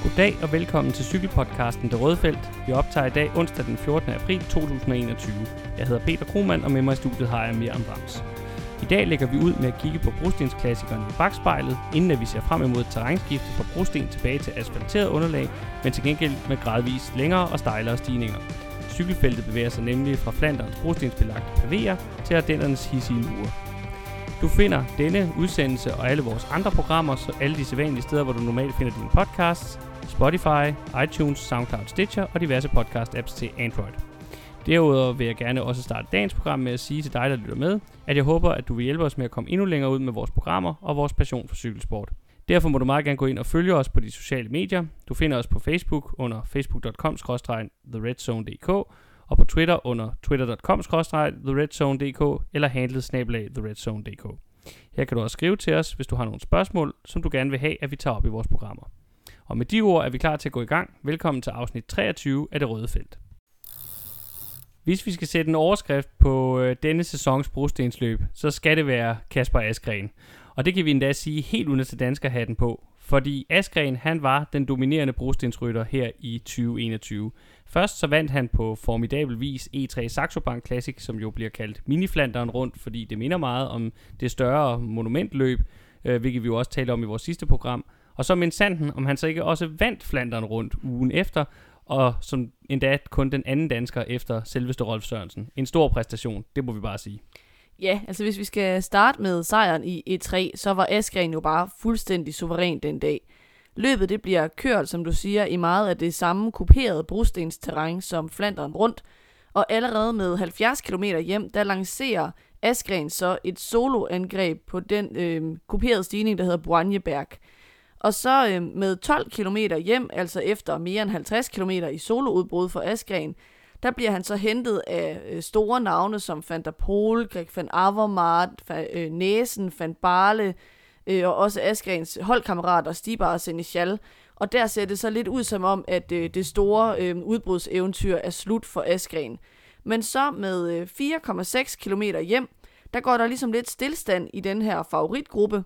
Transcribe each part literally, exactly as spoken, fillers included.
Goddag og velkommen til cykelpodcasten Det Røde Felt. Vi optager i dag onsdag den fjortende april to tusind og enogtyve. Jeg hedder Peter Krohmann, og med mig i studiet har jeg Miriam Rams. I dag lægger vi ud med at kigge på brostensklassikeren i bakspejlet, inden at vi ser frem imod et terrænskifte fra brosten tilbage til asfalteret underlag, men til gengæld med gradvist længere og stejlere stigninger. Cykelfeltet bevæger sig nemlig fra Flanderens brostensbelagte pavéer til Ardennernes hidsige mure. Du finder denne udsendelse og alle vores andre programmer, så alle de sædvanlige steder, hvor du normalt finder dine podcasts, Spotify, iTunes, SoundCloud, Stitcher og diverse podcast-apps til Android. Derudover vil jeg gerne også starte dagens program med at sige til dig, der lytter med, at jeg håber, at du vil hjælpe os med at komme endnu længere ud med vores programmer og vores passion for cykelsport. Derfor må du meget gerne gå ind og følge os på de sociale medier. Du finder os på Facebook under facebook punktum com skråstreg the red zone punktum d k og på Twitter under twitter punktum com skråstreg the red zone punktum d k eller handlet snabel-a the red zone punktum d k. Her kan du også skrive til os, hvis du har nogle spørgsmål, som du gerne vil have, at vi tager op i vores programmer. Og med de ord er vi klar til at gå i gang. Velkommen til afsnit treogtyve af Det Røde Felt. Hvis vi skal sætte en overskrift på øh, denne sæsons brostensløb, så skal det være Kasper Asgreen. Og det kan vi endda sige helt uden at tage danskerhatten på. Fordi Asgreen, han var den dominerende brostensrytter her i tyve enogtyve. Først så vandt han på formidabel vis E tre Saxo Bank Classic, som jo bliver kaldt Mini-Flandern rundt, fordi det minder meget om det større monumentløb, øh, hvilket vi jo også talte om i vores sidste program. Og så med sanden, om han så ikke også vandt Flandern rundt ugen efter, og som endda kun den anden dansker efter selveste Rolf Sørensen. En stor præstation, det må vi bare sige. Ja, altså hvis vi skal starte med sejren i E tre, så var Asgreen jo bare fuldstændig suveræn den dag. Løbet det bliver kørt, som du siger, i meget af det samme kuperede brostensterræn som Flandern rundt, og allerede med halvfjerds kilometer hjem, der lancerer Asgreen så et soloangreb på den øh, kuperede stigning, der hedder Boigneberg. Og så øh, med tolv kilometer hjem, altså efter mere end halvtreds kilometer i soloudbrud for Asgreen, der bliver han så hentet af øh, store navne som Van der Poel, Greg van Avermaet, øh, Næsen, Van Baarle øh, og også Asgreens holdkammerater Stibar og Seneschal. Og der ser det så lidt ud som om, at øh, det store øh, udbrudseventyr er slut for Asgreen. Men så med øh, fire komma seks kilometer hjem, der går der ligesom lidt stillstand i den her favoritgruppe,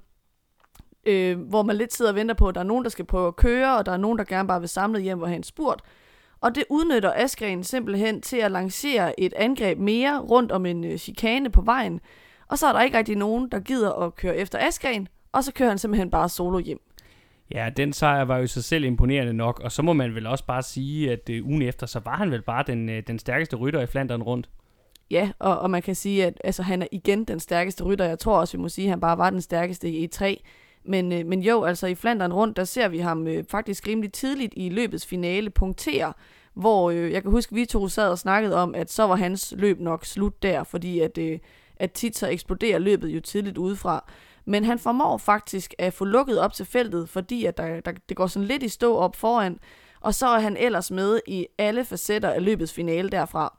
øh, hvor man lidt sidder og venter på, at der er nogen, der skal prøve at køre, og der er nogen, der gerne bare vil samle hjem og have en spurt. Og det udnytter Asgreen simpelthen til at lancere et angreb mere rundt om en øh, chikane på vejen. Og så er der ikke rigtig nogen, der gider at køre efter Asgreen, og så kører han simpelthen bare solo hjem. Ja, den sejr var jo i sig selv imponerende nok, og så må man vel også bare sige, at øh, ugen efter, så var han vel bare den, øh, den stærkeste rytter i Flandern rundt. Ja, og, og man kan sige, at altså, han er igen den stærkeste rytter. Jeg tror også, vi må sige, at han bare var den stærkeste i E tre. Men, øh, men jo, altså i Flandern rundt, der ser vi ham øh, faktisk rimelig tidligt i løbets finale punktere, hvor øh, jeg kan huske, vi to sad og snakkede om, at så var hans løb nok slut der, fordi at, øh, at tit så eksploderer løbet jo tidligt udefra. Men han formår faktisk at få lukket op til feltet, fordi at der, der, det går sådan lidt i stå op foran, og så er han ellers med i alle facetter af løbets finale derfra.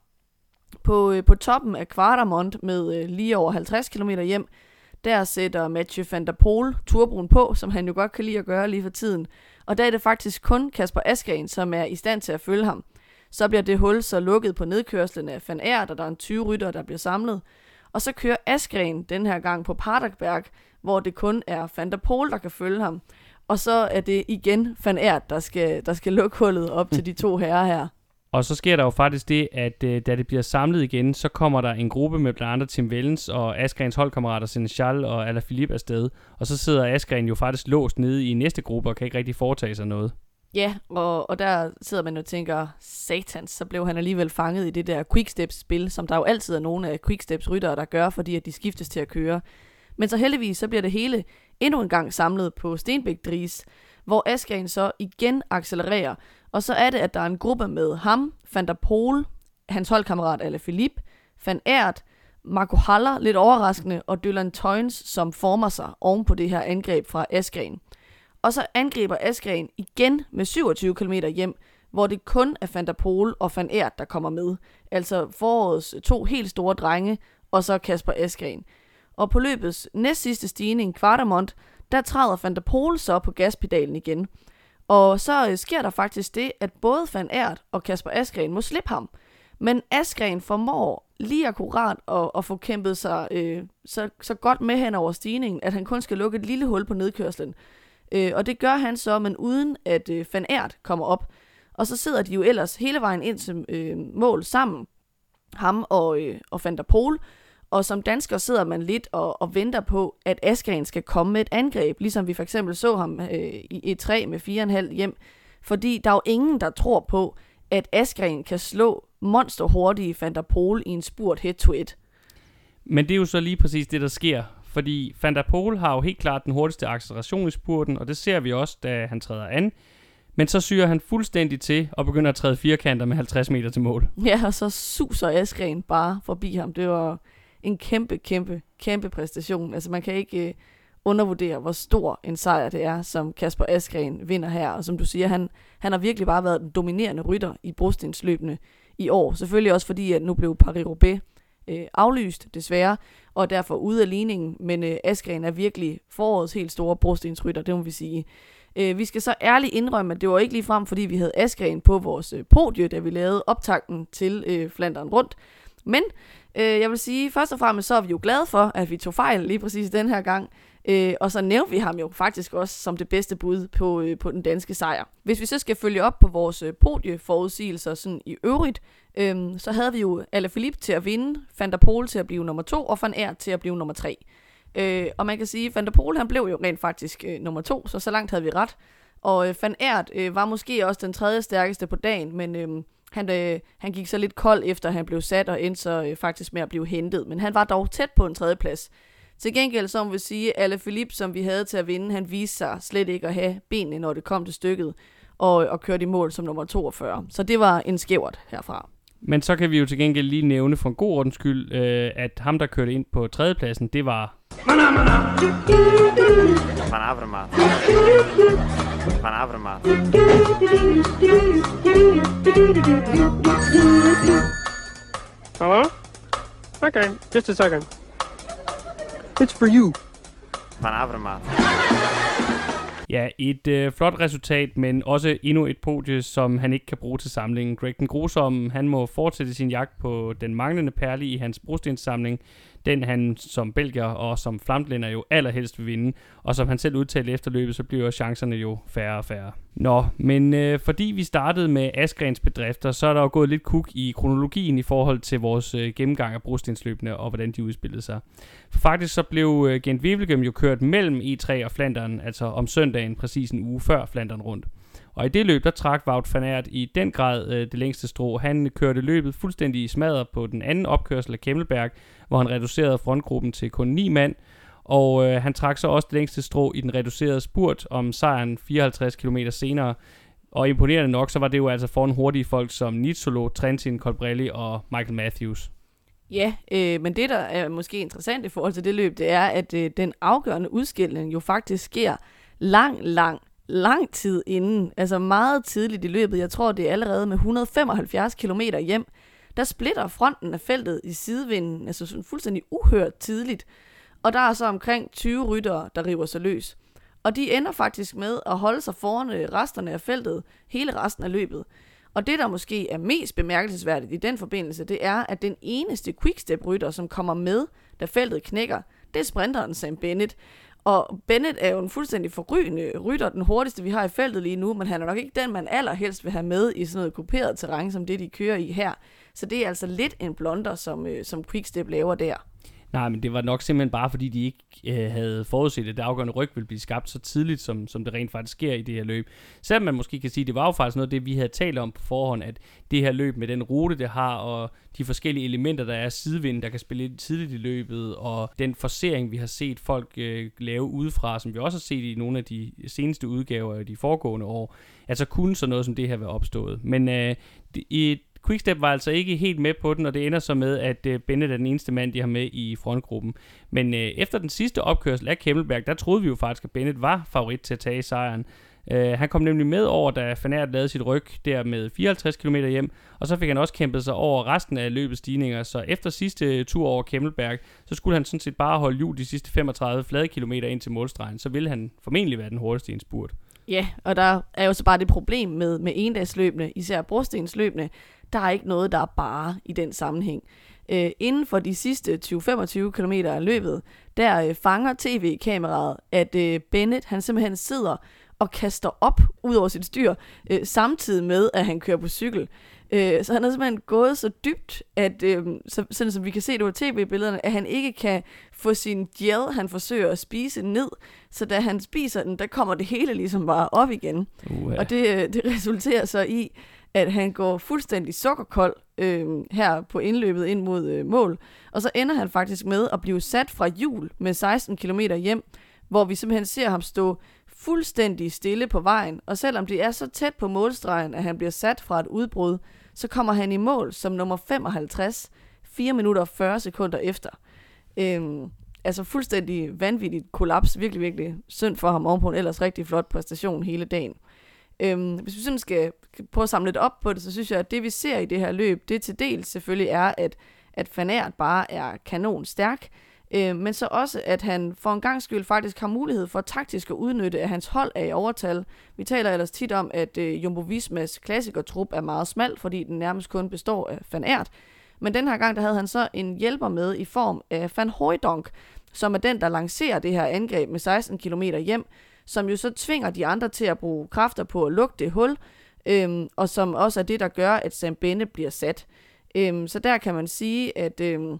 På, øh, på toppen af Kvartermont med øh, lige over halvtreds kilometer hjem, der sætter Mathieu van der Poel turboen på, som han jo godt kan lide at gøre lige for tiden. Og der er det faktisk kun Kasper Asgreen, som er i stand til at følge ham. Så bliver det hul så lukket på nedkørslen af Van Aert, og der er en tyve rytter, der bliver samlet. Og så kører Asgreen den her gang på Paterberg, hvor det kun er Van der Poel, der kan følge ham. Og så er det igen Van Aert, der skal, der skal lukke hullet op til de to herrer her. Og så sker der jo faktisk det, at øh, da det bliver samlet igen, så kommer der en gruppe med blandt andet Tim Wellens og Asgreens holdkammerater Seneschal og Alaphilippe afsted. Og så sidder Asgreen jo faktisk låst nede i næste gruppe og kan ikke rigtig foretage sig noget. Ja, og, og der sidder man og tænker, satans, så blev han alligevel fanget i det der quicksteps-spil, som der jo altid er nogle af quicksteps-ryttere, der gør, fordi at de skiftes til at køre. Men så heldigvis, så bliver det hele endnu en gang samlet på Stenbæk Dries, hvor Asgreen så igen accelererer. Og så er det, at der er en gruppe med ham, Van der Poel, hans holdkammerat Alaphilippe, Van Aert, Marco Haller, lidt overraskende, og Dylan Teuns, som former sig oven på det her angreb fra Asgreen. Og så angriber Asgreen igen med syvogtyve kilometer hjem, hvor det kun er Van der Poel og Van Aert, der kommer med. Altså forårets to helt store drenge, og så Kasper Asgreen. Og på løbets næst sidste stigning, Kvartermont, der træder Van der Poel så på gaspedalen igen. Og så øh, sker der faktisk det, at både Van Aert og Kasper Asgreen må slippe ham. Men Asgreen formår lige akkurat at, at få kæmpet sig øh, så, så godt med hen over stigningen, at han kun skal lukke et lille hul på nedkørslen. Øh, og det gør han så, men uden at øh, Van Aert kommer op. Og så sidder de jo ellers hele vejen ind til øh, mål sammen, ham og, øh, og Van der Poel. Og som dansker sidder man lidt og, og venter på, at Askren skal komme med et angreb, ligesom vi for eksempel så ham øh, i E tre med fire komma fem hjem. Fordi der er jo ingen, der tror på, at Askren kan slå monsterhurtige Van der Poel i en spurt head-to-head. Men det er jo så lige præcis det, der sker. Fordi Van der Poel har jo helt klart den hurtigste acceleration i spurten, og det ser vi også, da han træder an. Men så syrer han fuldstændig til og begynder at træde firkanter med halvtreds meter til mål. Ja, og så suser Askren bare forbi ham. Det var en kæmpe, kæmpe, kæmpe præstation. Altså man kan ikke øh, undervurdere, hvor stor en sejr det er, som Kasper Askren vinder her. Og som du siger, han, han har virkelig bare været den dominerende rytter i brostensløbene i år. Selvfølgelig også fordi, at nu blev Paris-Roubaix øh, aflyst, desværre, og derfor ude af ligningen. Men øh, Askren er virkelig forårets helt store brostensrytter, det må vi sige. Øh, vi skal så ærligt indrømme, at det var ikke lige frem, fordi vi havde Askren på vores øh, podie, da vi lavede optakten til øh, Flandern Rundt. Men øh, jeg vil sige, først og fremmest så er vi jo glade for, at vi tog fejl lige præcis den her gang. Øh, og så nævnte vi ham jo faktisk også som det bedste bud på, øh, på den danske sejr. Hvis vi så skal følge op på vores øh, podieforudsigelser sådan i øvrigt, øh, så havde vi jo Alaphilippe til at vinde, Van der Poel til at blive nummer to, og Van Aert til at blive nummer tre. Øh, og man kan sige, at Van der Poel han blev jo rent faktisk øh, nummer to, så så langt havde vi ret. Og øh, Van Aert øh, var måske også den tredje stærkeste på dagen, men øh, han, øh, han gik så lidt kold efter han blev sat og endte så øh, faktisk med at blive hentet. Men han var dog tæt på en tredje plads. Til gengæld, så må vi sige, at Alaphilippe, som vi havde til at vinde, han viste sig slet ikke at have benene, når det kom til stykket, og, og kørte i mål som nummer toogfyrre. Så det var en skævert herfra. Men så kan vi jo til gengæld lige nævne for en god ordens skyld, øh, at ham, der kørte ind på tredjepladsen, det var... Van Avermaet. Van Avermaet. Hello? Okay, just a second. It's for you. Van Avermaet. Ja, et øh, flot resultat, men også endnu et podie, som han ikke kan bruge til samlingen. Greg den Grusomme, han må fortsætte sin jagt på den manglende perle i hans brostenssamling. Den han som belgier og som flamtlænder jo allerhelst vil vinde. Og som han selv udtalte efter løbet, så bliver chancerne jo færre og færre. Nå, men øh, fordi vi startede med Askrens bedrifter, så er der jo gået lidt kuk i kronologien i forhold til vores øh, gennemgang af brostensløbene og hvordan de udspillede sig. For faktisk så blev øh, Gent-Wevelgem jo kørt mellem E tre og Flandern, altså om søndagen præcis en uge før Flandern Rundt. Og i det løb, der trak Wout van Aert i den grad øh, det længste strå. Han kørte løbet fuldstændig i smadret på den anden opkørsel af Kemmelberg, hvor han reducerede frontgruppen til kun ni mand. Og øh, han trak så også det længste strå i den reducerede spurt om sejren fireoghalvtreds kilometer senere. Og imponerende nok, så var det jo altså foran hurtige folk som Nizzolo, Trentin, Colbrelli og Michael Matthews. Ja, øh, men det, der er måske interessant i forhold til det løb, det er, at øh, den afgørende udskilling jo faktisk sker lang, lang, lang tid inden. Altså meget tidligt i løbet. Jeg tror, det er allerede med et hundrede og femoghalvfjerds kilometer hjem. Der splitter fronten af feltet i sidevinden, altså sådan fuldstændig uhørt tidligt. Og der er så omkring tyve ryttere, der river sig løs. Og de ender faktisk med at holde sig foran resterne af feltet hele resten af løbet. Og det, der måske er mest bemærkelsesværdigt i den forbindelse, det er, at den eneste quickstep-rytter, som kommer med, da feltet knækker, det er sprinteren Sam Bennett. Og Bennett er jo en fuldstændig forrygende rytter, den hurtigste, vi har i feltet lige nu, men han er nok ikke den, man allerhelst vil have med i sådan noget kuperet terræn, som det, de kører i her. Så det er altså lidt en blunder, som, øh, som Quickstep laver der. Nej, men det var nok simpelthen bare, fordi de ikke øh, havde forudset, at det afgørende ryg ville blive skabt så tidligt, som, som det rent faktisk sker i det her løb. Selvom man måske kan sige, at det var jo faktisk noget af det, vi havde talt om på forhånd, at det her løb med den rute, det har, og de forskellige elementer, der er sidevind, der kan spille lidt tidligt i løbet, og den forcering, vi har set folk øh, lave udefra, som vi også har set i nogle af de seneste udgaver af de foregående år, altså kunne sådan noget som det her være opstået. Men øh, det, i Quickstep var altså ikke helt med på den, og det ender så med, at uh, Bennett er den eneste mand, de har med i frontgruppen. Men uh, efter den sidste opkørsel af Kemmelberg, der troede vi jo faktisk, at Bennett var favorit til at tage sejren. Uh, han kom nemlig med over, da Van Aert lavede sit ryg der med fireoghalvtreds kilometer hjem, og så fik han også kæmpet sig over resten af løbets stigninger. Så efter sidste tur over Kemmelberg, så skulle han sådan set bare holde hjul de sidste femogtredive flade kilometer ind til målstregen. Så ville han formentlig være den hurtigste i en spurt. Ja, og der er jo så bare det problem med, med endagsløbene, især brostensløbene. Der er ikke noget, der er bare i den sammenhæng. Øh, inden for de sidste tyve til femogtyve kilometer af løbet, der øh, fanger tv-kameraet, at øh, Bennett han simpelthen sidder og kaster op ud over sit styr, øh, samtidig med, at han kører på cykel. Øh, så han er simpelthen gået så dybt, at øh, så, sådan som vi kan se det på tv-billederne, at han ikke kan få sin gel, han forsøger at spise, ned. Så da han spiser den, der kommer det hele ligesom bare op igen. Uh-huh. Og det, det resulterer så i, at han går fuldstændig sukkerkold øh, her på indløbet ind mod øh, mål. Og så ender han faktisk med at blive sat fra hjul med seksten kilometer hjem, hvor vi simpelthen ser ham stå fuldstændig stille på vejen. Og selvom det er så tæt på målstregen, at han bliver sat fra et udbrud, så kommer han i mål som nummer femoghalvtreds, fire minutter og fyrre sekunder efter. Øhm, altså fuldstændig vanvittigt kollaps. Virkelig, virkelig synd for ham ovenpå en ellers rigtig flot præstation hele dagen. Øhm, hvis vi sådan skal prøve at samle lidt op på det, så synes jeg, at det vi ser i det her løb, det til dels selvfølgelig er, at, at Van Aert bare er kanon stærk, øh, men så også, at han for en gangs skyld faktisk har mulighed for taktisk at udnytte, at hans hold er i overtal. Vi taler ellers tit om, at øh, Jumbo Vismas klassikertrup er meget smal, fordi den nærmest kun består af Van Aert. Men den her gang, der havde han så en hjælper med i form af Van Hooijdonk, som er den, der lancerer det her angreb med seksten kilometer hjem, som jo så tvinger de andre til at bruge kræfter på at lukke det hul, øhm, og som også er det, der gør, at Sam Bennett bliver sat. Øhm, så der kan man sige, at, øhm,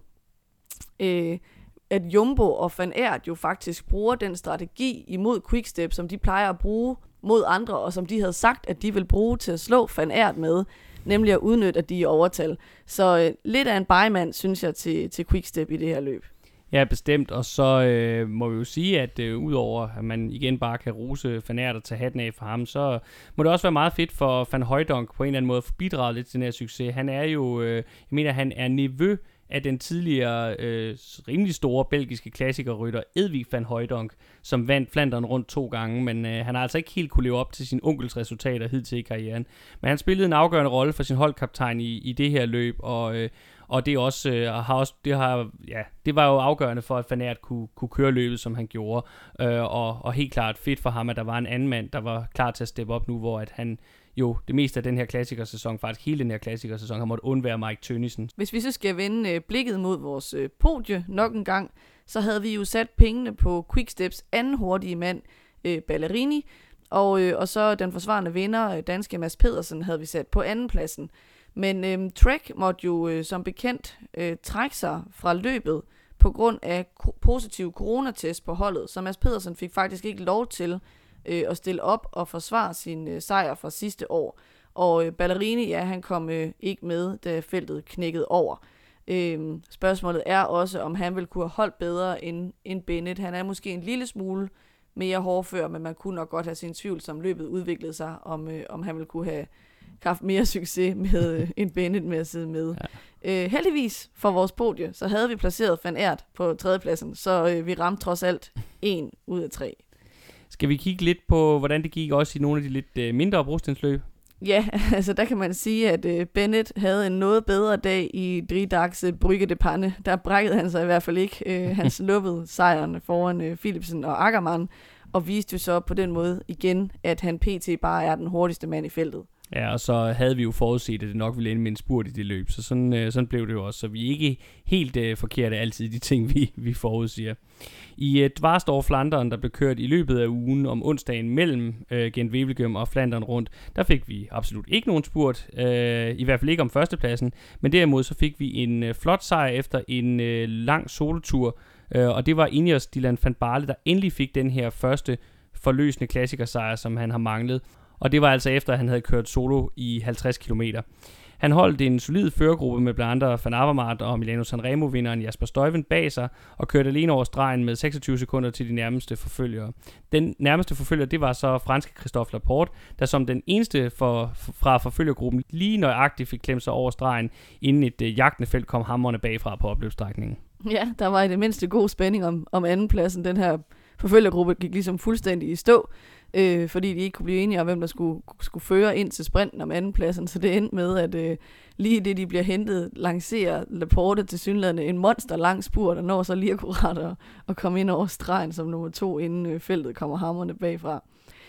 øh, at Jumbo og Van Aert jo faktisk bruger den strategi imod Quickstep, som de plejer at bruge mod andre, og som de havde sagt, at de vil bruge til at slå Van Aert med, nemlig at udnytte, at de er i overtal. Så øh, lidt af en bejmand, synes jeg, til, til Quickstep i det her løb. Ja, bestemt, og så øh, må vi jo sige, at øh, udover at man igen bare kan rose Van Aert og tage hatten af for ham, så må det også være meget fedt for Van Hooijdonk på en eller anden måde at få bidraget lidt til den her succes. Han er jo, øh, jeg mener, han er nevø af den tidligere øh, rimelig store belgiske klassikerrytter Edvig van Hooijdonk, som vandt Flandern rundt to gange, men øh, han har altså ikke helt kunne leve op til sin onkels resultater hidtil i karrieren. Men han spillede en afgørende rolle for sin holdkaptajn i, i det her løb, og øh, Og det også øh, har også det har ja det var jo afgørende for at Van Aert kunne kunne køre løbet som han gjorde, øh, og og helt klart fedt for ham at der var en anden mand der var klar til at steppe op nu, hvor at han jo det meste af den her klassikersæson, faktisk hele den her klassikersæson, har måttet undvære Mike Tønnesen. Hvis vi så skal vende øh, blikket mod vores øh, podie nok en gang, så havde vi jo sat pengene på Quicksteps anden hurtige mand, øh, Ballerini, og øh, og så den forsvarende vinder, øh, danske Mads Pedersen, havde vi sat på anden pladsen. Men øhm, Trek måtte jo øh, som bekendt øh, trække sig fra løbet på grund af ko- positiv coronatest på holdet, så Mads Pedersen fik faktisk ikke lov til øh, at stille op og forsvare sin øh, sejr fra sidste år. Og øh, Ballerini, ja, han kom øh, ikke med, da feltet knækkede over. Øh, spørgsmålet er også, om han ville kunne have holdt bedre end, end Bennett. Han er måske en lille smule mere hårdfør, men man kunne nok godt have sin tvivl, som løbet udviklede sig, om, øh, om han ville kunne have haft mere succes med øh, en Bennett med at sidde med. Ja. Øh, heldigvis for vores podie, så havde vi placeret Van Aert på tredjepladsen, så øh, vi ramte trods alt en ud af tre. Skal vi kigge lidt på, hvordan det gik også i nogle af de lidt øh, mindre brostenstløb? Ja, altså der kan man sige, at øh, Bennett havde en noget bedre dag i Dridags øh, Brygge de Panne. Der brækkede han sig i hvert fald ikke. Øh, han sluppede sejren foran øh, Philipsen og Ackermann, og viste jo så på den måde igen, at han pt. Bare er den hurtigste mand i feltet. Ja, og så havde vi jo forudset, at det nok ville ende med en spurt i det løb, så sådan, øh, sådan blev det jo også. Så vi er ikke helt øh, forkerte altid de ting, vi, vi forudsiger. I et Dvarst over Flandern, der blev kørt i løbet af ugen om onsdagen mellem øh, Gent-Wevelgem og Flandern rundt, der fik vi absolut ikke nogen spurt, øh, i hvert fald ikke om førstepladsen, men derimod så fik vi en øh, flot sejr efter en øh, lang solotur, øh, og det var Ineos Dylan van Baarle, der endelig fik den her første forløsende klassikersejr, som han har manglet. Og det var altså efter, at han havde kørt solo i halvtreds kilometer. Han holdt en solid førergruppe med blandt andet Van Avermaet og Milano Sanremo-vinderen Jasper Stuyven bag sig, og kørte alene over stregen med seksogtyve sekunder til de nærmeste forfølgere. Den nærmeste forfølger, det var så franske Christophe Laporte, der som den eneste for, fra forfølgergruppen lige nøjagtigt fik klemt sig over stregen, inden et uh, jagtende felt kom hammerne bagfra på opløbsstrækningen. Ja, der var i det mindste god spænding om, om andenpladsen. Den her forfølgergruppe gik ligesom fuldstændig i stå, øh, fordi de ikke kunne blive enige om, hvem der skulle, skulle føre ind til sprinten om andenpladsen. Så det endte med, at øh, lige det, de bliver hentet, lancerer Laporte til synligheden en monster lang spurt, og når så lige akkurat at, at komme ind over stregen som nummer to, inden øh, feltet kommer hammerne bagfra.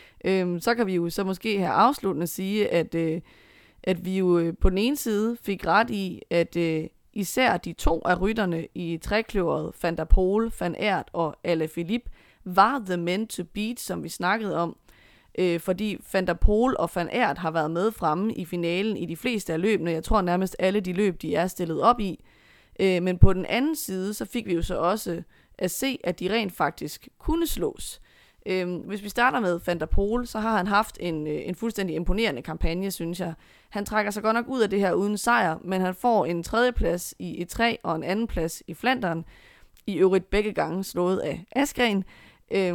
Øh, så kan vi jo så måske her afsluttende sige, at, øh, at vi jo øh, på den ene side fik ret i, at øh, især de to af rytterne i trekløveret, Van der Poel, Van Aert og Alaphilippe, var the men to beat, som vi snakkede om. Øh, fordi Van der Poel og Van Aert har været med fremme i finalen i de fleste af løbene. Jeg tror nærmest alle de løb, de er stillet op i. Øh, men på den anden side, så fik vi jo så også at se, at de rent faktisk kunne slås. Øh, hvis vi starter med Van der Poel, så har han haft en, en fuldstændig imponerende kampagne, synes jeg. Han trækker sig godt nok ud af det her uden sejr, men han får en tredjeplads i E tre og en anden plads i Flandern. I øvrigt begge gange slået af Askren. Øh,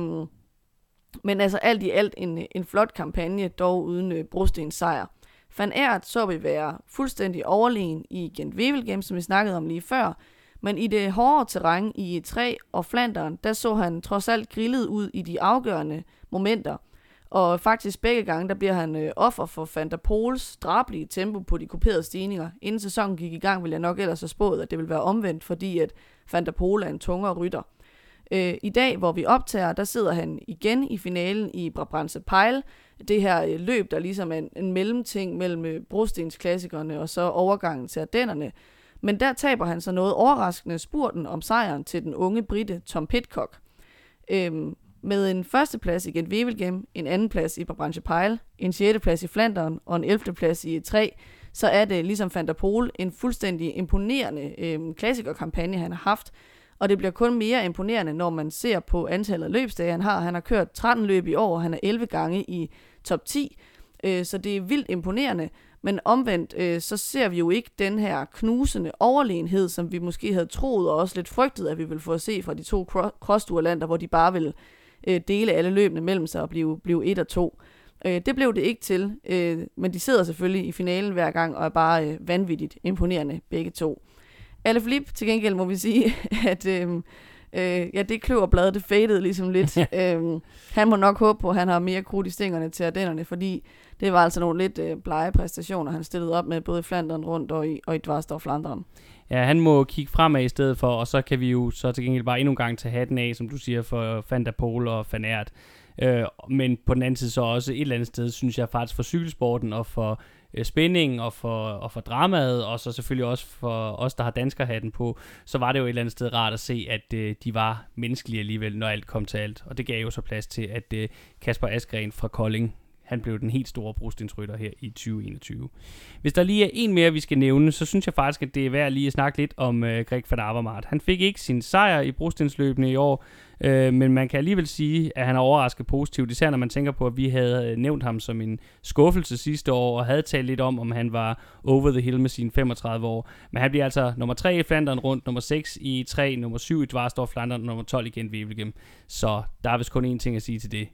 Men altså alt i alt en, en flot kampagne, dog uden øh, brostens sejr. Van Aert så vi være fuldstændig overlegen i Gent-Wevelgem, som vi snakkede om lige før. Men i det hårde terræn i E tre og Flandern, der så han trods alt grillet ud i de afgørende momenter. Og faktisk begge gange, der bliver han øh, offer for Van der Poels drabelige tempo på de kuperede stigninger. Inden sæsonen gik i gang, ville jeg nok ellers have spået, at det ville være omvendt, fordi at Van der Poel er en tungere rytter. Øh, I dag, hvor vi optager, der sidder han igen i finalen i Brabantse Pijl. Det her øh, løb, der ligesom er en, en mellemting mellem øh, brostensklassikerne og så overgangen til Ardennerne. Men der taber han så noget overraskende spurten om sejren til den unge brite Tom Pidcock. Øh, med en førsteplads i Gent-Wevelgem, en andenplads i Brabantse Pijl, en sjetteplads i Flandern og en ellevteplads i E tre, så er det ligesom Van der Poel en fuldstændig imponerende øh, klassikerkampagne, han har haft. Og det bliver kun mere imponerende, når man ser på antallet af løbsdage, han har. Han har kørt tretten løb i år, og han er elleve gange i top ti, øh, så det er vildt imponerende. Men omvendt, øh, så ser vi jo ikke den her knusende overlegenhed, som vi måske havde troet, og også lidt frygtet, at vi ville få at se fra de to crossduellander, hvor de bare ville øh, dele alle løbene mellem sig og blive, blive et og to. Øh, det blev det ikke til, øh, men de sidder selvfølgelig i finalen hver gang, og er bare øh, vanvittigt imponerende begge to. Alaphilippe til gengæld må vi sige, at øh, øh, ja, det kløverblad, det fadede ligesom lidt. øh, han må nok håbe på, at han har mere krudt i stængerne til Ardennerne, fordi det var altså nogle lidt øh, blege præstationer, han stillede op med både i Flandern rundt og i, og i Dvarstor Flandern. Ja, han må kigge fremad i stedet for, og så kan vi jo så til gengæld bare endnu en gang tage hatten af, som du siger, for Van der Poel og Van Aert. Øh, men på den anden side så også et eller andet sted, synes jeg faktisk for cykelsporten og for øh, spændingen og for, og for dramaet, og så selvfølgelig også for os, der har danskerhatten på, så var det jo et eller andet sted rart at se, at øh, de var menneskelige alligevel, når alt kom til alt. Og det gav jo så plads til, at øh, Kasper Askren fra Kolding, han blev den helt store brostensrytter her i tyve enogtyve. Hvis der lige er en mere, vi skal nævne, så synes jeg faktisk, at det er værd lige at snakke lidt om øh, Greg van Avermaet. Han fik ikke sin sejr i brostensløbene i år, øh, men man kan alligevel sige, at han er overrasket positivt, især når man tænker på, at vi havde nævnt ham som en skuffelse sidste år, og havde talt lidt om, om han var over the hill med sine femogtredive år. Men han bliver altså nummer tre i Flandern rundt, nummer seks i tre, nummer syv i Dvarstor Flandern, og nummer tolv i Gent-Wevelgem. Så der er vist kun én ting at sige til det.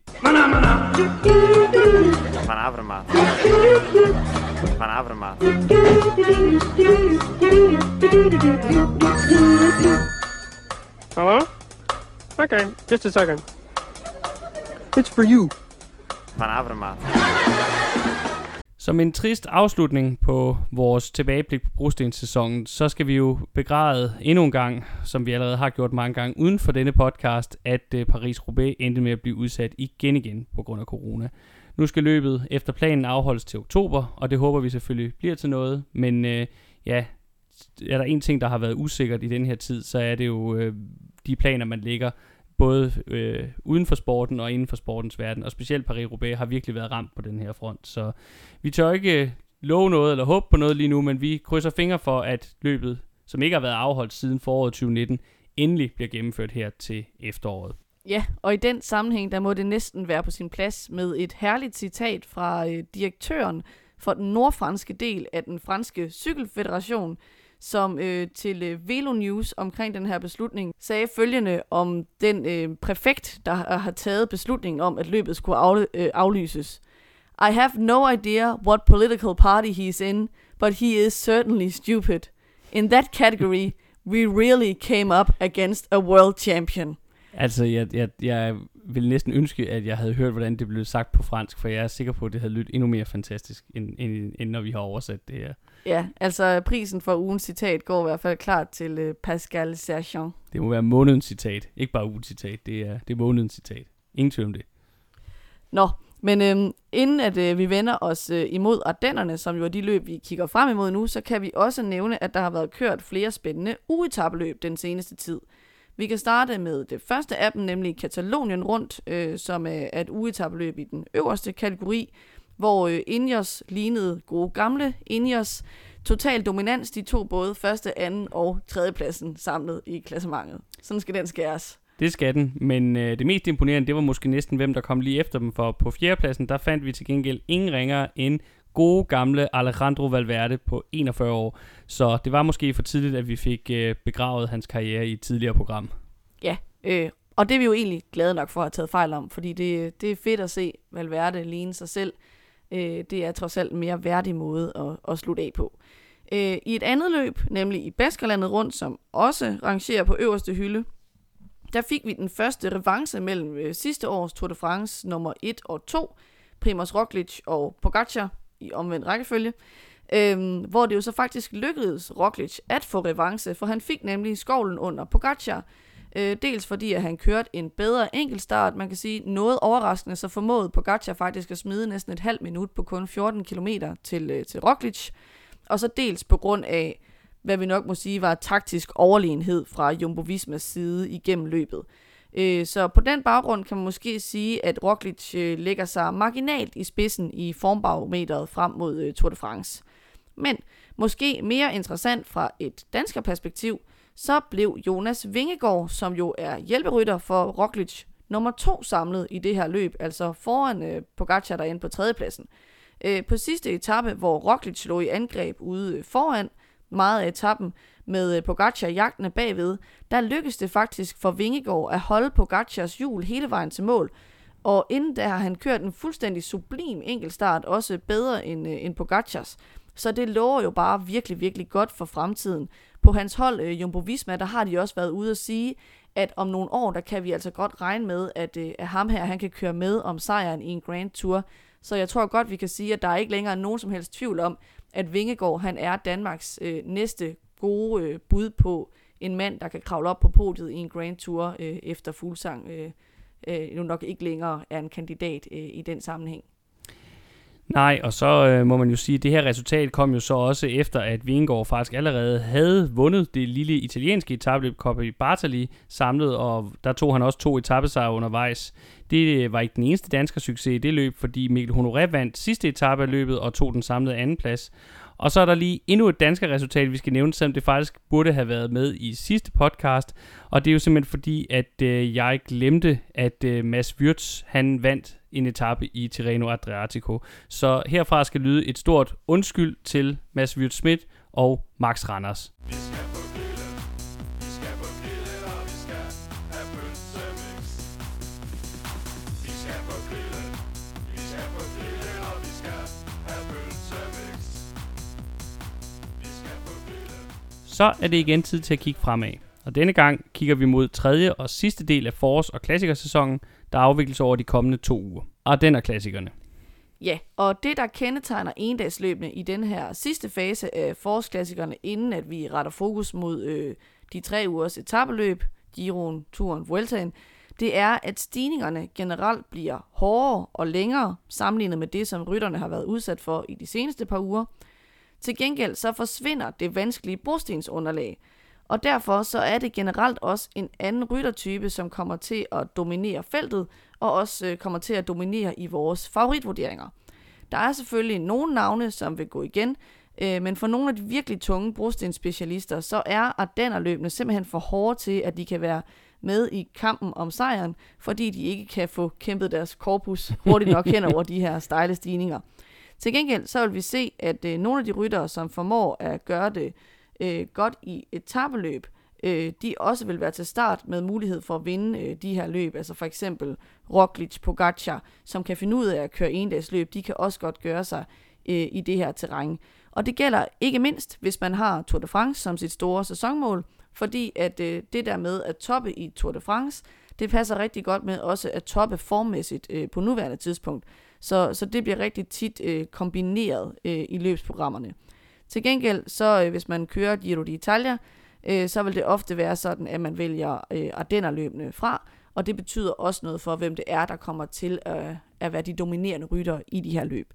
Van Avermaet. Van Avermaet. Hello? Okay, just a second. It's for you. Van Avermaet. Som en trist afslutning på vores tilbageblik på brostenssæsonen, så skal vi jo begræde endnu en gang, som vi allerede har gjort mange gange uden for denne podcast, at Paris-Roubaix endte med at blive udsat igen igen på grund af corona. Nu skal løbet efter planen afholdes til oktober, og det håber vi selvfølgelig bliver til noget. Men øh, ja, er der en ting, der har været usikkert i den her tid, så er det jo øh, de planer, man lægger både øh, uden for sporten og inden for sportens verden. Og specielt Paris-Roubaix har virkelig været ramt på den her front. Så vi tør ikke love noget eller håbe på noget lige nu, men vi krydser fingre for, at løbet, som ikke har været afholdt siden foråret tyve nitten, endelig bliver gennemført her til efteråret. Ja, og i den sammenhæng, der må det næsten være på sin plads med et herligt citat fra øh, direktøren for den nordfranske del af den franske cykelfederation, som øh, til øh, Velo News omkring den her beslutning sagde følgende om den øh, præfekt, der har taget beslutningen om, at løbet skulle af, øh, aflyses. I have no idea what political party he is in, but he is certainly stupid. In that category, we really came up against a world champion. Altså, jeg, jeg, jeg ville næsten ønske, at jeg havde hørt, hvordan det blev sagt på fransk, for jeg er sikker på, at det havde lyttet endnu mere fantastisk, end, end, end når vi har oversat det her. Ja, altså prisen for ugens citat går i hvert fald klart til uh, Pascal Sergent. Det må være månedens citat, ikke bare ugens citat, det er, det er månedens citat. Ingen tvivl om det. Nå, Men øhm, inden at øh, vi vender os øh, imod Ardennerne, som jo er de løb, vi kigger frem imod nu, så kan vi også nævne, at der har været kørt flere spændende ugetapeløb den seneste tid. Vi kan starte med det første af dem, nemlig Katalonien rundt, øh, som er et ugetapeløb i den øverste kategori, hvor øh, Ineos lignede gode gamle Ineos. Total dominans, de tog både første, anden og tredje pladsen samlet i klassementet. Sådan skal den skæres. Det skal den, men øh, det mest imponerende, det var måske næsten, hvem der kom lige efter dem, for på fjerdepladsen, der fandt vi til gengæld ingen ringere end gode gamle Alejandro Valverde på enogfyrre år. Så det var måske for tidligt, at vi fik øh, begravet hans karriere i et tidligere program. Ja, øh, og det er vi jo egentlig glade nok for at have taget fejl om, fordi det, det er fedt at se Valverde ligne sig selv. Øh, det er trods alt en mere værdig måde at, at slutte af på. Øh, I et andet løb, nemlig i Baskerlandet rundt, som også rangerer på øverste hylde, der fik vi den første revanche mellem øh, sidste års Tour de France nummer et og to, Primož Roglič og Pogačar i omvendt rækkefølge, øh, hvor det jo så faktisk lykkedes Roglič at få revanche, for han fik nemlig skovlen under Pogačar, øh, dels fordi at han kørte en bedre enkeltstart, man kan sige noget overraskende, så formåede Pogačar faktisk at smide næsten et halvt minut på kun fjorten kilometer til, øh, til Roglič, og så dels på grund af, hvad vi nok må sige var taktisk overlegenhed fra Jumbo-Vismas side igennem løbet. Så på den baggrund kan man måske sige, at Roglič lægger sig marginalt i spidsen i formbarometeret frem mod Tour de France. Men måske mere interessant fra et dansker perspektiv, så blev Jonas Vingegaard, som jo er hjælperytter for Roglič, nummer to samlet i det her løb, altså foran Pogačar derinde på tredjepladsen. På sidste etape, hvor Roglič lå i angreb ude foran, meget af etappen med Pogačar jagtende bagved, der lykkedes det faktisk for Vingegaard at holde Pogacars hjul hele vejen til mål. Og inden da har han kørt en fuldstændig sublim enkeltstart, også bedre end, end Pogacars. Så det lover jo bare virkelig, virkelig godt for fremtiden. På hans hold, Jumbo-Visma, der har de også været ude at sige, at om nogle år, der kan vi altså godt regne med, at, at ham her, han kan køre med om sejren i en Grand Tour. Så jeg tror godt, vi kan sige, at der er ikke længere nogen som helst tvivl om, at Vingegaard, han er Danmarks øh, næste gode øh, bud på en mand, der kan kravle op på podiet i en Grand Tour øh, efter Fuglsang, øh, øh, nu nok ikke længere er en kandidat øh, i den sammenhæng. Nej, og så øh, må man jo sige, at det her resultat kom jo så også efter, at Vingegaard faktisk allerede havde vundet det lille italienske etapeløb Coppa Bartali samlet, og der tog han også to etapesejre undervejs. Det var ikke den eneste dansker succes i det løb, fordi Mikkel Honoré vandt sidste etape af løbet og tog den samlede anden plads. Og så er der lige endnu et dansker resultat, vi skal nævne, selvom det faktisk burde have været med i sidste podcast. Og det er jo simpelthen fordi, at øh, jeg glemte, at øh, Mads Wirtz, han vandt en etape i Tirreno Adriatico. Så herfra skal lyde et stort undskyld til Mads Wirtz Schmidt og Max Randers. Vi skal på grillen, vi skal på grillen, og vi skal have pølsemix. Vi skal på grillen, vi skal på grillen, og vi skal have pølsemix. Vi skal på grillen. Så er det igen tid til at kigge fremad. Og denne gang kigger vi mod tredje og sidste del af forårs- og klassikersæsonen, der afvikles over de kommende to uger. Ardenner-klassikerne. Ja, og det der kendetegner endagsløbene i den her sidste fase af forårsklassikerne, inden at vi retter fokus mod øh, de tre ugers etapeløb, Giroen, Touren, Vueltaen, det er, at stigningerne generelt bliver hårdere og længere, sammenlignet med det, som rytterne har været udsat for i de seneste par uger. Til gengæld så forsvinder det vanskelige brostensunderlag, og derfor så er det generelt også en anden ryttertype, som kommer til at dominere feltet, og også øh, kommer til at dominere i vores favoritvurderinger. Der er selvfølgelig nogle navne, som vil gå igen, øh, men for nogle af de virkelig tunge brostenspecialister, så er Ardennerløbene simpelthen for hårde til, at de kan være med i kampen om sejren, fordi de ikke kan få kæmpet deres korpus hurtigt nok hen over de her stejle stigninger. Til gengæld så vil vi se, at øh, nogle af de ryttere, som formår at gøre det øh, godt i etapeløb, øh, de også vil være til start med mulighed for at vinde øh, de her løb. Altså for eksempel Roglič, Pogačar, som kan finde ud af at køre endagsløb, de kan også godt gøre sig øh, i det her terræn. Og det gælder ikke mindst, hvis man har Tour de France som sit store sæsonmål, fordi at øh, det der med at toppe i Tour de France, det passer rigtig godt med også at toppe formmæssigt øh, på nuværende tidspunkt. Så, så det bliver rigtig tit øh, kombineret øh, i løbsprogrammerne. Til gengæld, så øh, hvis man kører Giro d'Italia, øh, så vil det ofte være sådan, at man vælger øh, Ardennerløbene fra, og det betyder også noget for, hvem det er, der kommer til at, at være de dominerende ryttere i de her løb.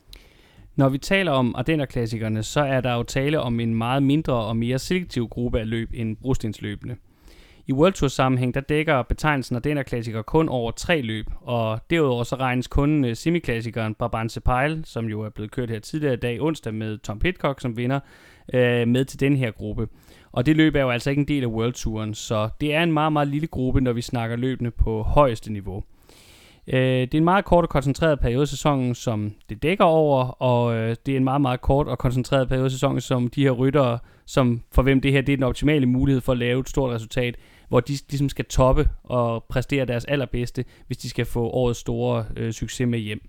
Når vi taler om Ardenner-klassikerne, så er der jo tale om en meget mindre og mere selektiv gruppe af løb end brostensløbene. I World Tour sammenhæng, der dækker betegnelsen Ardenner-klassiker kun over tre løb, og derudover så regnes kun uh, semiklassikeren Brabantse Pijl, som jo er blevet kørt her tidligere i dag onsdag med Tom Pidcock som vinder, uh, med til den her gruppe. Og det løb er jo altså ikke en del af World Touren, så det er en meget, meget lille gruppe, når vi snakker løbende på højeste niveau. Uh, det er en meget kort og koncentreret periode af sæsonen, som det dækker over, og uh, det er en meget, meget kort og koncentreret periode af sæsonen, som de her ryttere, som for hvem det her det er den optimale mulighed for at lave et stort resultat, hvor de ligesom skal toppe og præstere deres allerbedste, hvis de skal få årets store øh, succes med hjem.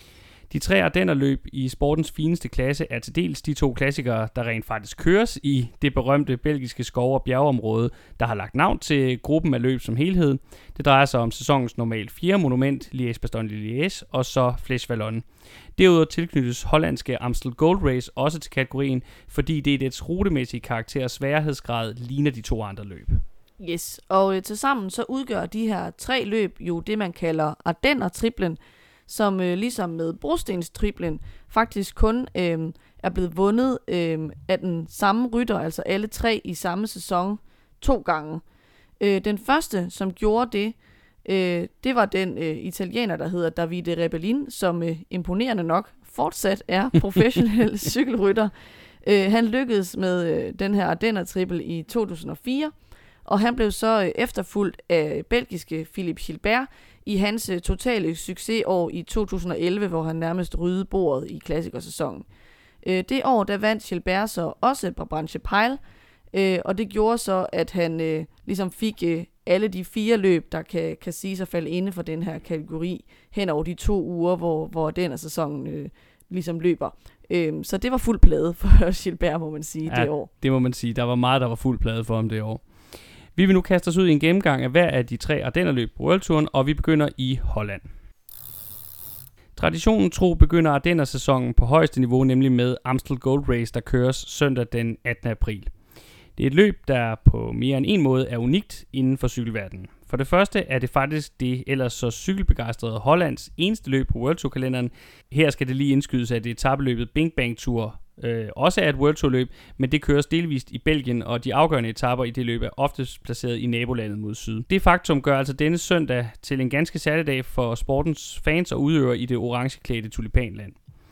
De tre Ardennerløb i sportens fineste klasse er til dels de to klassikere, der rent faktisk køres i det berømte belgiske skov- og bjergeområde, der har lagt navn til gruppen af løb som helhed. Det drejer sig om sæsonens normalt fjerde monument, Liège-Bastogne-Liège, og så Flèche Wallonne. Derudover tilknyttes hollandske Amstel Gold Race også til kategorien, fordi det i dets rutemæssige karakter og sværhedsgrad ligner de to andre løb. Yes, og øh, tilsammen så udgør de her tre løb jo det, man kalder Ardenner-triplen, som øh, ligesom med brostenstriplen faktisk kun øh, er blevet vundet øh, af den samme rytter, altså alle tre i samme sæson, to gange. Øh, den første, som gjorde det, øh, det var den øh, italiener, der hedder Davide Rebellin, som øh, imponerende nok fortsat er professionel cykelrytter. Øh, han lykkedes med øh, den her Ardenner-triple i to tusind og fire, og han blev så efterfulgt af belgiske Philippe Gilbert i hans totale succesår i to tusind og elleve, hvor han nærmest ryddede bordet i klassikersæsonen. Det år, der vandt Gilbert så også Brabantse Pijl, og det gjorde så, at han ligesom fik alle de fire løb, der kan, kan sige sig falde inde for den her kategori, hen over de to uger, hvor, hvor den her sæson øh, ligesom løber. Så det var fuld plade for Gilbert, må man sige, ja, det år. Det må man sige. Der var meget, der var fuld plade for ham det år. Vi vil nu kaste os ud i en gennemgang af hver af de tre Ardennerløb på World Touren, og vi begynder i Holland. Traditionen tro begynder Ardenner-sæsonen på højeste niveau, nemlig med Amstel Gold Race, der køres søndag den attende april. Det er et løb, der på mere end en måde er unikt inden for cykelverdenen. For det første er det faktisk det ellers så cykelbegejstrede Hollands eneste løb på World Tour-kalenderen. Her skal det lige indskydes, at det etapeløbet Bing Bang Tour øh, også er et World Tour-løb, men det køres delvist i Belgien, og de afgørende etaper i det løb er oftest placeret i nabolandet mod syd. Det faktum gør altså denne søndag til en ganske særlig dag for sportens fans og udøvere i det orangeklædte tulipanland.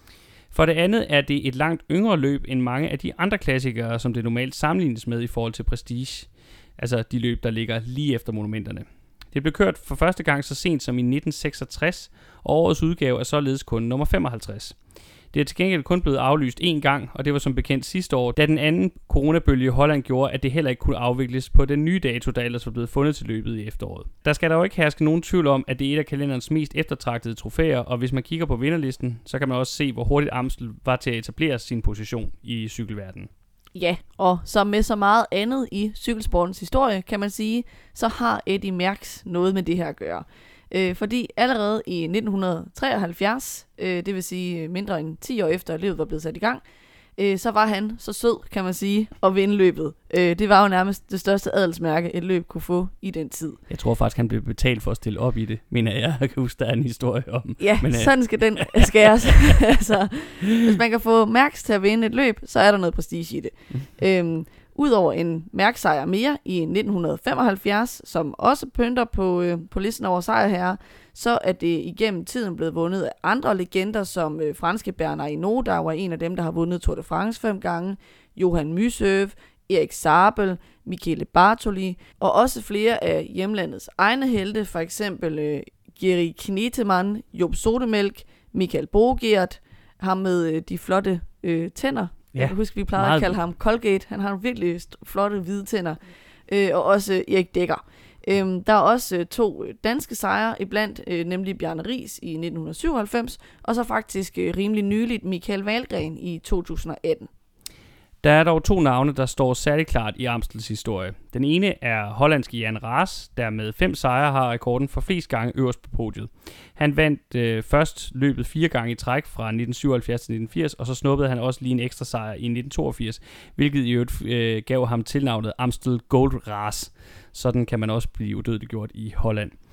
For det andet er det et langt yngre løb end mange af de andre klassikere, som det normalt sammenlignes med i forhold til prestige. Altså de løb, der ligger lige efter monumenterne. Det blev kørt for første gang så sent som i nitten seksogtres, og årets udgave er således kun nummer femoghalvtreds. Det er til gengæld kun blevet aflyst én gang, og det var som bekendt sidste år, da den anden coronabølge i Holland gjorde, at det heller ikke kunne afvikles på den nye dato, der ellers var blevet fundet til løbet i efteråret. Der skal dog ikke herske nogen tvivl om, at det er et af kalenderens mest eftertragtede trofæer, og hvis man kigger på vinderlisten, så kan man også se, hvor hurtigt Amstel var til at etablere sin position i cykelverdenen. Ja, og som med så meget andet i cykelsportens historie, kan man sige, så har Eddy Merckx noget med det her at gøre. Øh, fordi allerede i nitten treoghalvfjerds, øh, det vil sige mindre end ti år efter, at løbet var blevet sat i gang, øh, så var han så sød, kan man sige, at vinde løbet. Øh, det var jo nærmest det største adelsmærke, et løb kunne få i den tid. Jeg tror faktisk, han blev betalt for at stille op i det, mener jeg. Jeg kan huske, der er en historie om. Ja, men, sådan skal den skæres. Altså, hvis man kan få Merckx til at vinde et løb, så er der noget prestige i det. Mm. Øhm, Udover en Merckx-sejr mere i nitten femoghalvfjerds, som også pynter på, øh, på listen over sejrherrer, så er det igennem tiden blevet vundet af andre legender, som øh, franske Bernard Hinault, der var en af dem, der har vundet Tour de France fem gange, Johan Museeuw, Erik Sabel, Michele Bartoli, og også flere af hjemlandets egne helte, for eksempel øh, Gerry Knetemann, Job Sodemelk, Michael Boogert, ham med øh, de flotte øh, tænder. Ja, jeg kan huske, vi plejede meget at kalde ham Colgate. Han har virkelig flotte hvide tænder. Øh, og også Erik Dekker. Øh, der er også øh, to danske sejre iblandt, øh, nemlig Bjarne Riis i nitten syvoghalvfems, og så faktisk øh, rimelig nyligt Michael Valgren i to tusind og atten. Der er dog to navne, der står særligt klart i Amstels historie. Den ene er hollandske Jan Raas, der med fem sejre har rekorden for flest gange øverst på podiet. Han vandt øh, først løbet fire gange i træk fra nitten syvoghalvfjerds til nitten firs, og så snuppede han også lige en ekstra sejr i nitten toogfirs, hvilket i øvrigt øh, gav ham tilnavnet Amstel Gold Raas. Sådan kan man også blive udødeliggjort i Holland.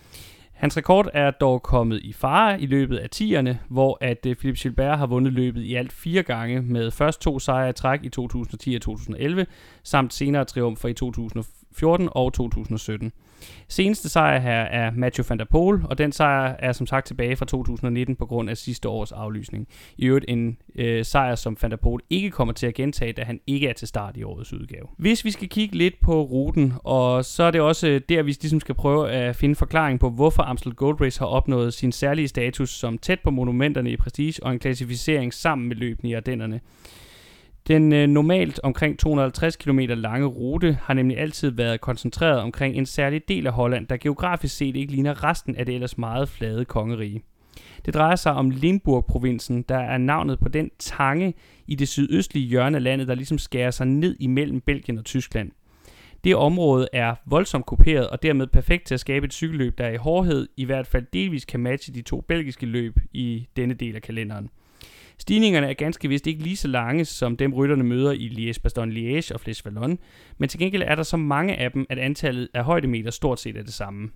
Hans rekord er dog kommet i fare i løbet af tierne, hvor at Philippe Gilbert har vundet løbet i alt fire gange med først to sejre i træk i to tusind og ti og to tusind og elleve, samt senere triumfer i to tusind og fjorten og to tusind og sytten. Seneste sejr her er Mathieu van der Poel, og den sejr er som sagt tilbage fra to tusind og nitten på grund af sidste års aflysning. I øvrigt en øh, sejr, som van der Poel ikke kommer til at gentage, da han ikke er til start i årets udgave. Hvis vi skal kigge lidt på ruten, og så er det også der, vi ligesom skal prøve at finde forklaring på, hvorfor Amstel Gold Race har opnået sin særlige status som tæt på monumenterne i Prestige og en klassificering sammen med løbene i Ardennerne. Den øh, normalt omkring to hundrede og halvtreds kilometer lange rute har nemlig altid været koncentreret omkring en særlig del af Holland, der geografisk set ikke ligner resten af det ellers meget flade kongerige. Det drejer sig om Limburg-provinsen, der er navnet på den tange i det sydøstlige hjørne af landet, der ligesom skærer sig ned imellem Belgien og Tyskland. Det område er voldsomt kuperet og dermed perfekt til at skabe et cykelløb, der i hårdhed i hvert fald delvis kan matche de to belgiske løb i denne del af kalenderen. Stigningerne er ganske vist ikke lige så lange som dem rytterne møder i Liège-Bastogne-Liège og Flèche Wallonne, men til gengæld er der så mange af dem, at antallet af højdemeter stort set er det samme.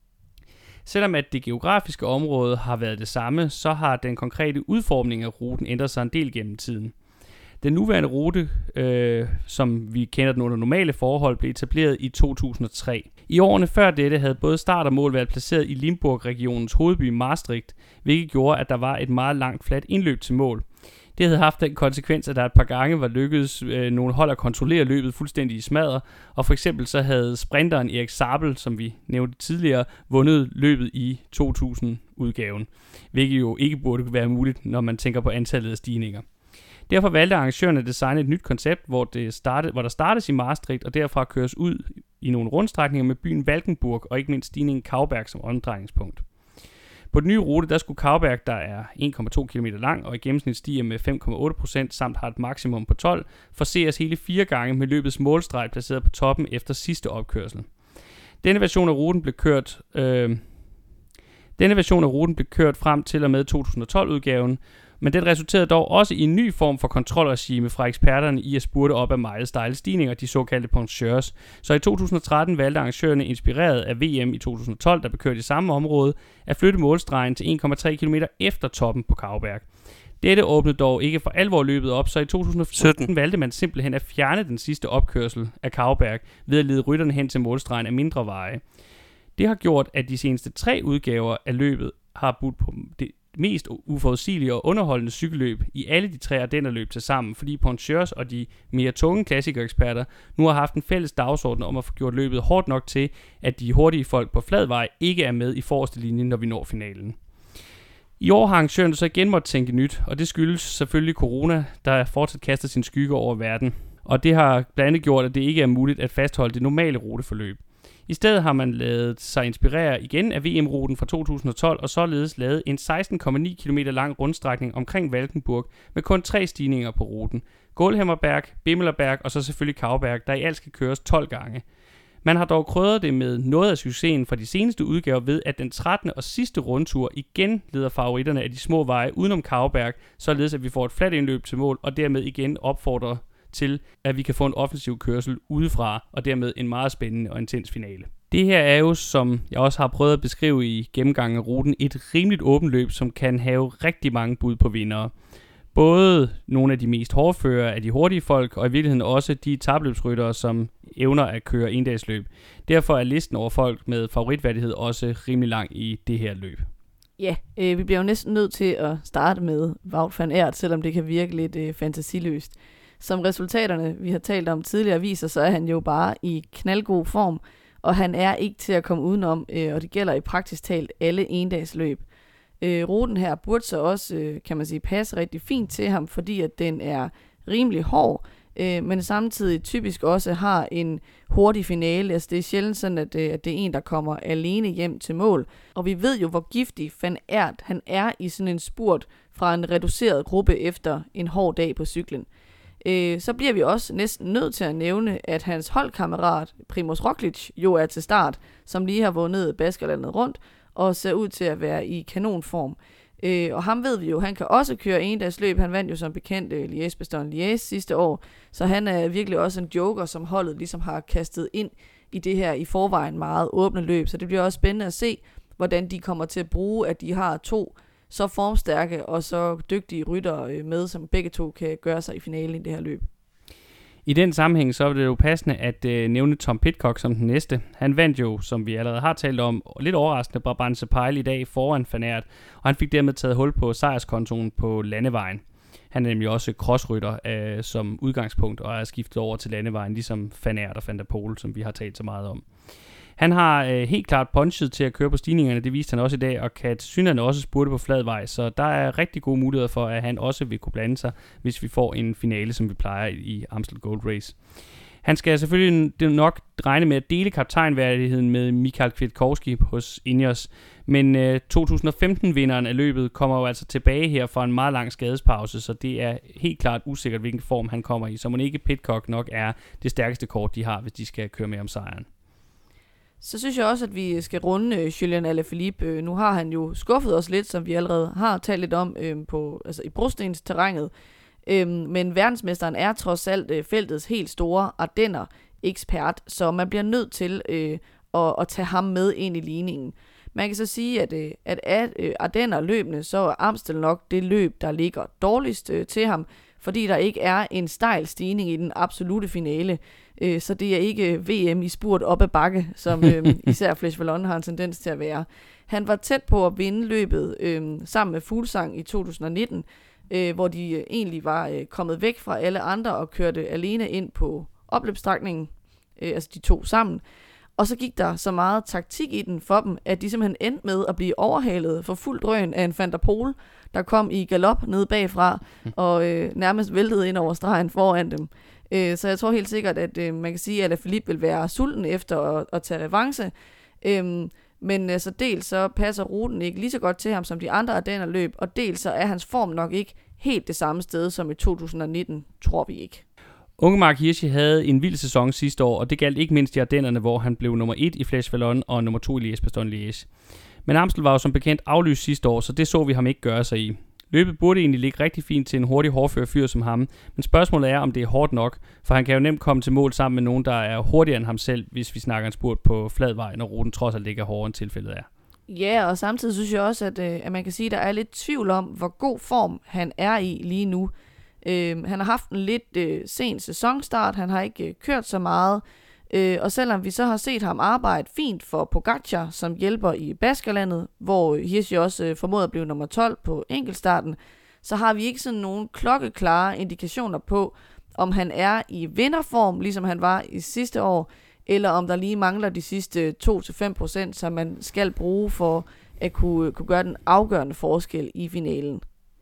Selvom at det geografiske område har været det samme, så har den konkrete udformning af ruten ændret sig en del gennem tiden. Den nuværende rute, øh, som vi kender den under normale forhold, blev etableret i to tusind og tre. I årene før dette havde både start og mål været placeret i Limburg-regionens hovedby Maastricht, hvilket gjorde, at der var et meget langt fladt indløb til mål. Det havde haft den konsekvens, at der et par gange var lykkedes øh, nogle hold at kontrollere løbet fuldstændig i smadret, og for eksempel så havde sprinteren Erik Sabel, som vi nævnte tidligere, vundet løbet i to tusind-udgaven, hvilket jo ikke burde være muligt, når man tænker på antallet af stigninger. Derfor valgte arrangørerne at designe et nyt koncept, hvor, det startede, hvor der startes i Maastricht, og derfra køres ud i nogle rundstrækninger med byen Valkenburg, og ikke mindst stigningen Kauberg som omdrejningspunkt. På den nye rute, der skulle Kauberg, der er en komma to kilometer lang, og i gennemsnit stiger med fem komma otte procent, samt har et maksimum på tolv, forseres hele fire gange med løbets målstreg placeret på toppen efter sidste opkørsel. Denne version af ruten blev kørt... Øh, denne version af ruten blev kørt frem til og med to tusind og tolv-udgaven, men den resulterede dog også i en ny form for kontrolregime fra eksperterne i at spurte op af meget stejle stigninger, de såkaldte puncheurs. Så i to tusind og tretten valgte arrangørerne, inspireret af V M i to tusind og tolv, der blev kørt i samme område, at flytte målstregen til en komma tre kilometer efter toppen på Kauberg. Dette åbnede dog ikke for alvor løbet op, så i to tusind og sytten valgte man simpelthen at fjerne den sidste opkørsel af Kauberg ved at lede rytterne hen til målstregen af mindre veje. Det har gjort, at de seneste tre udgaver af løbet har budt på det mest uforudsigelige og underholdende cykelløb i alle de tre Ardennerløb til sammen, fordi puncheurs og de mere tunge klassikereksperter nu har haft en fælles dagsorden om at få gjort løbet hårdt nok til, at de hurtige folk på flad vej ikke er med i forreste linje, når vi når finalen. I år har arrangørerne så igen måtte tænke nyt, og det skyldes selvfølgelig corona, der fortsat kaster sin skygge over verden. Og det har blandt andet gjort, at det ikke er muligt at fastholde det normale ruteforløb. I stedet har man ladet sig inspirere igen af V M-ruten fra to tusind og tolv, og således lavet en seksten komma ni kilometer lang rundstrækning omkring Valkenburg med kun tre stigninger på ruten. Gålhemmerberg, Bimmelerberg og så selvfølgelig Kauberg, der i alt skal køres tolv gange. Man har dog krydret det med noget af succesen fra de seneste udgaver ved, at den trettende og sidste rundtur igen leder favoritterne af de små veje udenom Kauberg, således at vi får et fladt indløb til mål, og dermed igen opfordrer til, at vi kan få en offensiv kørsel udefra, og dermed en meget spændende og intens finale. Det her er jo, som jeg også har prøvet at beskrive i gennemgangen af ruten, et rimeligt åbent løb, som kan have rigtig mange bud på vindere. Både nogle af de mest hårdførere af de hurtige folk, og i virkeligheden også de etapløbsryttere, som evner at køre endagsløb. Derfor er listen over folk med favoritværdighed også rimelig lang i det her løb. Ja, øh, vi bliver jo næsten nødt til at starte med Wout van Aert, selvom det kan virke lidt øh, fantasiløst. Som resultaterne, vi har talt om tidligere, viser, så er han jo bare i knaldgod form, og han er ikke til at komme udenom, øh, og det gælder i praktisk talt alle endagsløb. Øh, ruten her burde så også, øh, kan man sige, passe rigtig fint til ham, fordi at den er rimelig hård, øh, men samtidig typisk også har en hurtig finale. Altså det er sjældent sådan, at, øh, at det er en, der kommer alene hjem til mål. Og vi ved jo, hvor giftig Van Aert han er i sådan en spurt fra en reduceret gruppe efter en hård dag på cyklen. Øh, så bliver vi også næsten nødt til at nævne, at hans holdkammerat Primož Roglič jo er til start, som lige har vundet Baskerlandet rundt, og ser ud til at være i kanonform. Øh, og ham ved vi jo, han kan også køre endagsløb. Han vandt jo som bekendt uh, Liège-Bastogne-Liège sidste år, så han er virkelig også en joker, som holdet ligesom har kastet ind i det her i forvejen meget åbne løb. Så det bliver også spændende at se, hvordan de kommer til at bruge, at de har to så formstærke og så dygtige ryttere med, som begge to kan gøre sig i finalen i det her løb. I den sammenhæng så er det jo passende at øh, nævne Tom Pidcock som den næste. Han vandt jo, som vi allerede har talt om, lidt overraskende Brabantse-Pejl i dag foran Van Aert, og han fik dermed taget hul på sejrskontoen på landevejen. Han er nemlig også crossrytter øh, som udgangspunkt og er skiftet over til landevejen, ligesom Van Aert og Van der Poel, som vi har talt så meget om. Han har øh, helt klart punchet til at køre på stigningerne, det viste han også i dag, og kan tilsyneladende også spurte på flad vej, så der er rigtig gode muligheder for, at han også vil kunne blande sig, hvis vi får en finale, som vi plejer i Amstel Gold Race. Han skal selvfølgelig nok regne med at dele kaptajnværdigheden med Michael Kwiatkowski hos Ineos, men øh, to tusind og femten-vinderen af løbet kommer jo altså tilbage her fra en meget lang skadespause, så det er helt klart usikkert, hvilken form han kommer i, så må ikke Pidcock nok er det stærkeste kort, de har, hvis de skal køre med om sejren. Så synes jeg også, at vi skal runde øh, Julian Alaphilippe. Nu har han jo skuffet os lidt, som vi allerede har talt lidt om øh, på, altså i brostensterrænet. Øh, men verdensmesteren er trods alt øh, feltets helt store Ardenner-ekspert, så man bliver nødt til øh, at, at tage ham med ind i ligningen. Man kan så sige, at, øh, at af øh, Ardenner-løbene, så er Amstel nok det løb, der ligger dårligst øh, til ham, fordi der ikke er en stejl stigning i den absolute finale. Øh, så det er ikke V M i spurt op ad bakke, som øh, især Flesh Wallon har en tendens til at være. Han var tæt på at vinde løbet øh, sammen med Fuglsang i to tusind og nitten, øh, hvor de øh, egentlig var øh, kommet væk fra alle andre og kørte alene ind på opløbsstrækningen, øh, altså de to sammen. Og så gik der så meget taktik i den for dem, at de simpelthen endte med at blive overhalet for fuld drøn af en Van der Poel, der kom i galop nede bagfra og øh, nærmest væltede ind over stregen foran dem. Øh, så jeg tror helt sikkert, at øh, man kan sige, at Alaphilippe vil være sulten efter at, at tage revanche. Øh, men altså, dels så passer ruten ikke lige så godt til ham som de andre Ardenner-løb, og dels så er hans form nok ikke helt det samme sted som i to tusind og nitten, tror vi ikke. Unge Mark Hirschi havde en vild sæson sidste år, og det galt ikke mindst i Ardennerne, hvor han blev nummer et i Flesh Wallon og nummer to i Liège-Bastogne-Liège. Men Amstel var jo som bekendt aflyst sidste år, så det så vi ham ikke gøre sig i. Løbet burde egentlig ligge rigtig fint til en hurtig hårdfør fyr som ham, men spørgsmålet er, om det er hårdt nok, for han kan jo nemt komme til mål sammen med nogen, der er hurtigere end ham selv, hvis vi snakker en spurt på flad vej, når ruten trods alt ikke er hårdere, end tilfældet er. Ja, og samtidig synes jeg også, at, at man kan sige, at der er lidt tvivl om, hvor god form han er i lige nu. Øh, han har haft en lidt øh, sen sæsonstart, han har ikke øh, kørt så meget, øh, og selvom vi så har set ham arbejde fint for Pogacar, som hjælper i Baskerlandet, hvor Hirschi også øh, formåede at blive nummer tolv på enkeltstarten, så har vi ikke sådan nogle klokkeklare indikationer på, om han er i vinderform, ligesom han var i sidste år, eller om der lige mangler de sidste to til fem procent, som man skal bruge for at kunne, kunne gøre den afgørende forskel i finalen.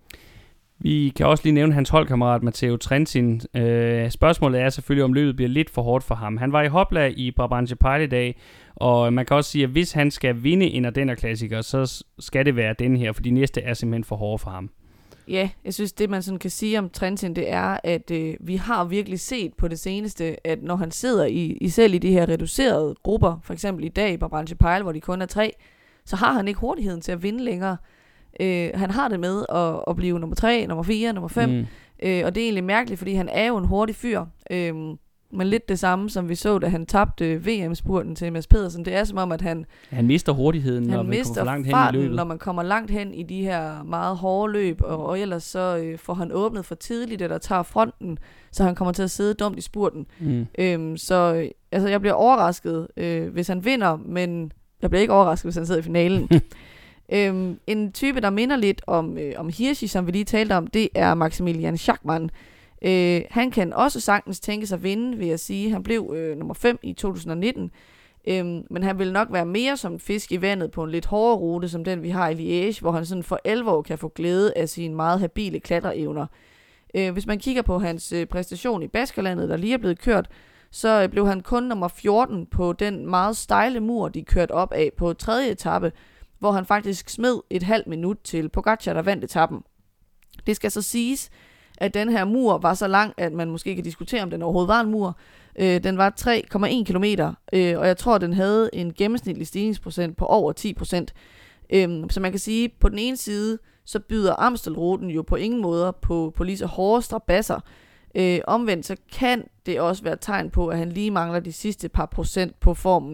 Vi kan også lige nævne hans holdkammerat Matteo Trentin. Øh, spørgsmålet er selvfølgelig, om løbet bliver lidt for hårdt for ham. Han var i hopla i Brabantse-Pejl i dag, og man kan også sige, at hvis han skal vinde en Ardenner-klassiker, så skal det være den her, for de næste er simpelthen for hårde for ham. Ja, jeg synes, det man sådan kan sige om Trentin, det er, at øh, vi har virkelig set på det seneste, at når han sidder i, i selv i de her reducerede grupper, for eksempel i dag i Brabantse-Pejl, hvor de kun er tre, så har han ikke hurtigheden til at vinde længere. Øh, han har det med at, at blive nummer tre, nummer fire, nummer fem, mm. øh, og det er egentlig mærkeligt, fordi han er jo en hurtig fyr, øh, men lidt det samme, som vi så, da han tabte V M-spurten til Mads Pedersen. Det er som om, at han... Han mister hurtigheden, når man kommer for langt hen i løbet. når man kommer langt hen i de her meget hårde løb, og, og ellers så øh, får han åbnet for tidligt, eller tager fronten, så han kommer til at sidde dumt i spurten. Mm. Øh, så øh, altså, jeg bliver overrasket, øh, hvis han vinder, men jeg bliver ikke overrasket, hvis han sidder i finalen. Øhm, en type, der minder lidt om, øh, om Hirschi, som vi lige talte om, det er Maximilian Schachmann. Øh, han kan også sagtens tænke sig at vinde, vil jeg sige. Han blev øh, nummer fem i to tusind og nitten, øhm, men han vil nok være mere som en fisk i vandet på en lidt hårdere rute, som den vi har i Liège, hvor han sådan for alvor kan få glæde af sine meget habile klatreevner. Øh, hvis man kigger på hans øh, præstation i Baskerlandet, der lige er blevet kørt, så øh, blev han kun nummer fjorten på den meget stejle mur, de kørte op af på tredje etape, hvor han faktisk smed et halvt minut til Pogacar, der vandt etappen. Det skal så siges, at den her mur var så lang, at man måske kan diskutere, om den overhovedet var en mur. Øh, den var tre komma en kilometer, øh, og jeg tror, den havde en gennemsnitlig stigningsprocent på over ti procent. Øh, så man kan sige, på den ene side, så byder Amstelruten jo på ingen måder på, på lige så hårde strabasser. Øh, omvendt så kan det også være et tegn på, at han lige mangler de sidste par procent på formen.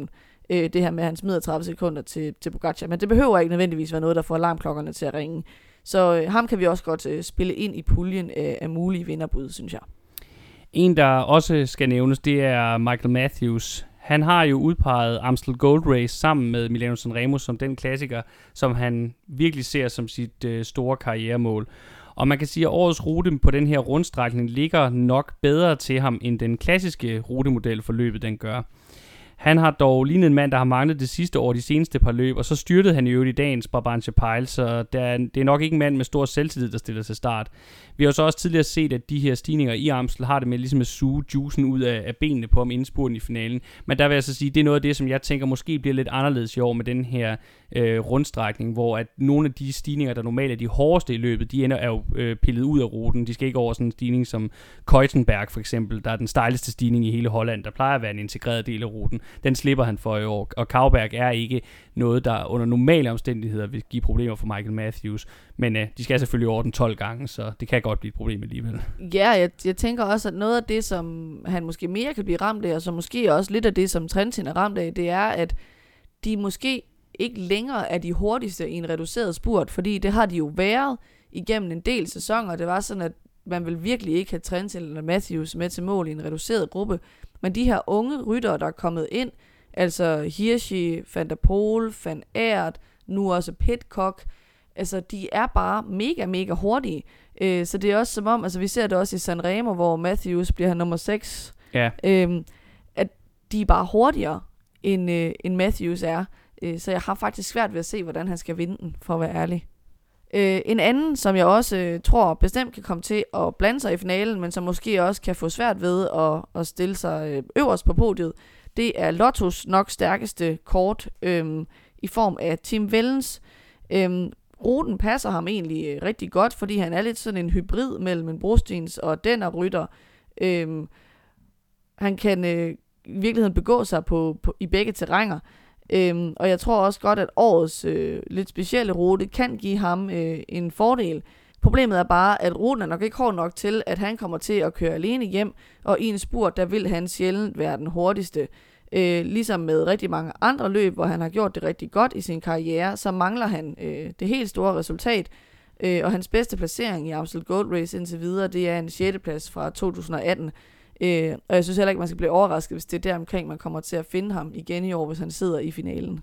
øh, det her med, at han smider tredive sekunder til, til Pogacar. Men det behøver ikke nødvendigvis være noget, der får alarmklokkerne til at ringe. Så øh, ham kan vi også godt øh, spille ind i puljen af, af mulige vinderbud, synes jeg. En, der også skal nævnes, det er Michael Matthews. Han har jo udpeget Amstel Gold Race sammen med Milano Sanremo som den klassiker, som han virkelig ser som sit øh, store karrieremål. Og man kan sige, at årets rute på den her rundstrækning ligger nok bedre til ham, end den klassiske rutemodel for løbet den gør. Han har dog lignet en mand, der har manglet det sidste år, de seneste par løb, og så styrtede han i øvrigt i dagens Brabantse Pijl, så det er, det er nok ikke en mand med stor selvtillid, der stiller til start. Vi har så også tidligere set, at de her stigninger i Amstel har det med ligesom at suge juicen ud af, af benene på ham inden spurten i finalen. Men der vil jeg så sige, det er noget af det, som jeg tænker måske bliver lidt anderledes i år med den her øh, rundstrækning, hvor at nogle af de stigninger, der normalt er de hårdeste i løbet, de ender er jo øh, pillet ud af ruten. De skal ikke over sådan en stigning som Keutenberg for eksempel, der er den stejleste stigning i hele Holland, der plejer at være en integreret del af ruten. Den slipper han for i år, og Kauberg er ikke noget, der under normale omstændigheder vil give problemer for Michael Matthews, men øh, de skal selvfølgelig over den tolv gange, så det kan godt blive et problem alligevel. Ja, jeg, jeg tænker også, at noget af det, som han måske mere kan blive ramt af, og som måske også lidt af det, som Trentin er ramt af, det er, at de måske ikke længere er de hurtigste i en reduceret spurt, fordi det har de jo været igennem en del sæsoner. Det var sådan, at man vil virkelig ikke have Trentin eller Matthews med til mål i en reduceret gruppe, men de her unge ryttere, der er kommet ind, altså Hirschi, Van der Poel, Van Aert, nu også Pidcock, altså de er bare mega, mega hurtige. Øh, så det er også som om, altså vi ser det også i Sanremo, hvor Matthews bliver nummer seks, ja. øh, at de er bare hurtigere, end, øh, end Matthews er. Øh, så jeg har faktisk svært ved at se, hvordan han skal vinde den, for at være ærlig. Øh, en anden, som jeg også øh, tror bestemt kan komme til at blande sig i finalen, men som måske også kan få svært ved at, at stille sig øh, øverst på podiet, det er Lottos nok stærkeste kort øh, i form af Tim Wellens. Øh, ruten passer ham egentlig øh, rigtig godt, fordi han er lidt sådan en hybrid mellem en brostens og den af rytter. Øh, han kan øh, i virkeligheden begå sig på, på, i begge terrænger. Øhm, og jeg tror også godt, at årets øh, lidt specielle rute kan give ham øh, en fordel. Problemet er bare, at ruten er nok ikke hård nok til, at han kommer til at køre alene hjem, og i en spurt, der vil han sjældent være den hurtigste. Øh, ligesom med rigtig mange andre løb, hvor han har gjort det rigtig godt i sin karriere, så mangler han øh, det helt store resultat. Øh, og hans bedste placering i Amstel Gold Race indtil videre, det er en sjette plads fra to tusind og atten. Øh, og jeg synes heller ikke, man skal blive overrasket, hvis det er der omkring, man kommer til at finde ham igen i år, hvis han sidder i finalen.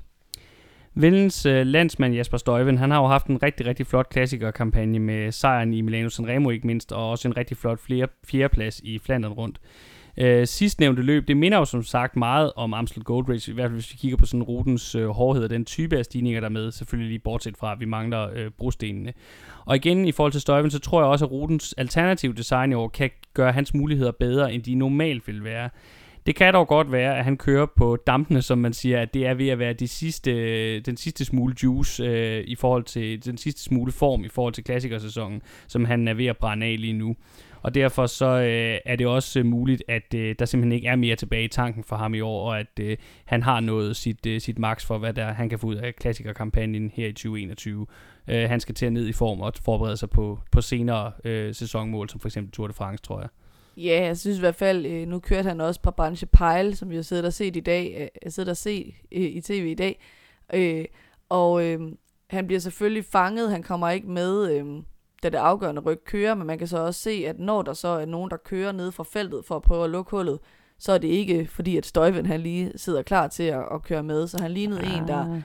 Vellens øh, landsmand Jasper Stuyven, han har jo haft en rigtig, rigtig flot klassikerkampagne med sejren i Milano Sanremo ikke mindst, og også en rigtig flot flere, fjerdeplads i Flandern rundt. Øh, sidstnævnte løb, det minder jo som sagt meget om Amstel Gold Race, i hvert fald hvis vi kigger på sådan rutens øh, hårdhed og den type af stigninger, der er med, selvfølgelig lige bortset fra, at vi mangler øh, brostenene. Og igen, i forhold til Stuyven, så tror jeg også, at rutens alternative design i år kan gøre hans muligheder bedre, end de normalt vil være. Det kan dog godt være, at han kører på dampene, som man siger, at det er ved at være de sidste, den sidste smule juice øh, i forhold til den sidste smule form i forhold til klassikersæsonen, som han er ved at brænde af lige nu. Og derfor så øh, er det også øh, muligt, at øh, der simpelthen ikke er mere tilbage i tanken for ham i år, og at øh, han har nået sit, øh, sit max for, hvad der han kan få ud af klassikerkampagnen her i tyve enogtyve. Øh, han skal til at ned i form og forberede sig på, på senere øh, sæsonmål, som for eksempel Tour de France, tror jeg. Ja, jeg synes i hvert fald, øh, nu kørte han også på Brabantse Pijl, som vi har siddet og set i dag, øh, siddet og set øh, i tv i dag, øh, og øh, han bliver selvfølgelig fanget, han kommer ikke med, øh, da det afgørende ryg kører, men man kan så også se, at når der så er nogen, der kører ned fra feltet for at prøve at lukke hullet, så er det ikke fordi, at Stuyven han lige sidder klar til at, at køre med, så han lignede ah. en, der...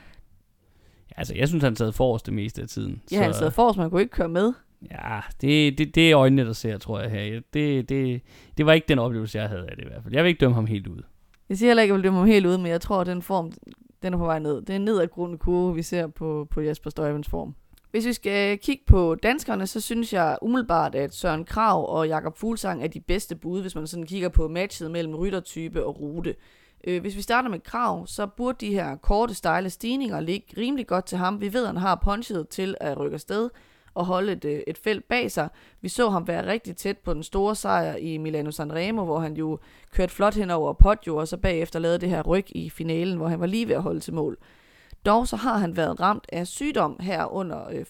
Ja, altså, jeg synes, han sad forrest det meste af tiden. Ja, så... han sad forrest, man kunne ikke køre med. Ja, det, det, det er øjnene, der ser, tror jeg her. Det, det, det var ikke den oplevelse, jeg havde af det i hvert fald. Jeg vil ikke dømme ham helt ud. Jeg siger heller ikke, at jeg vil dømme ham helt ud, men jeg tror, at den form, den er på vej ned. Det er en nedadgående kurve, vi ser på, på Jasper Stuyvens form. Hvis vi skal kigge på danskerne, så synes jeg umiddelbart, at Søren Kragh og Jakob Fuglsang er de bedste bud, hvis man sådan kigger på matchet mellem ryttertype og rute. Hvis vi starter med Kragh, så burde de her korte, stejle stigninger ligge rimelig godt til ham. Vi ved, at han har punchet til at rykke afsted og holde et, et felt bag sig. Vi så ham være rigtig tæt på den store sejr i Milano Sanremo, hvor han jo kørte flot hen over Poggio, og så bagefter lavede det her ryg i finalen, hvor han var lige ved at holde til mål. Dog så har han været ramt af sygdom her under øh,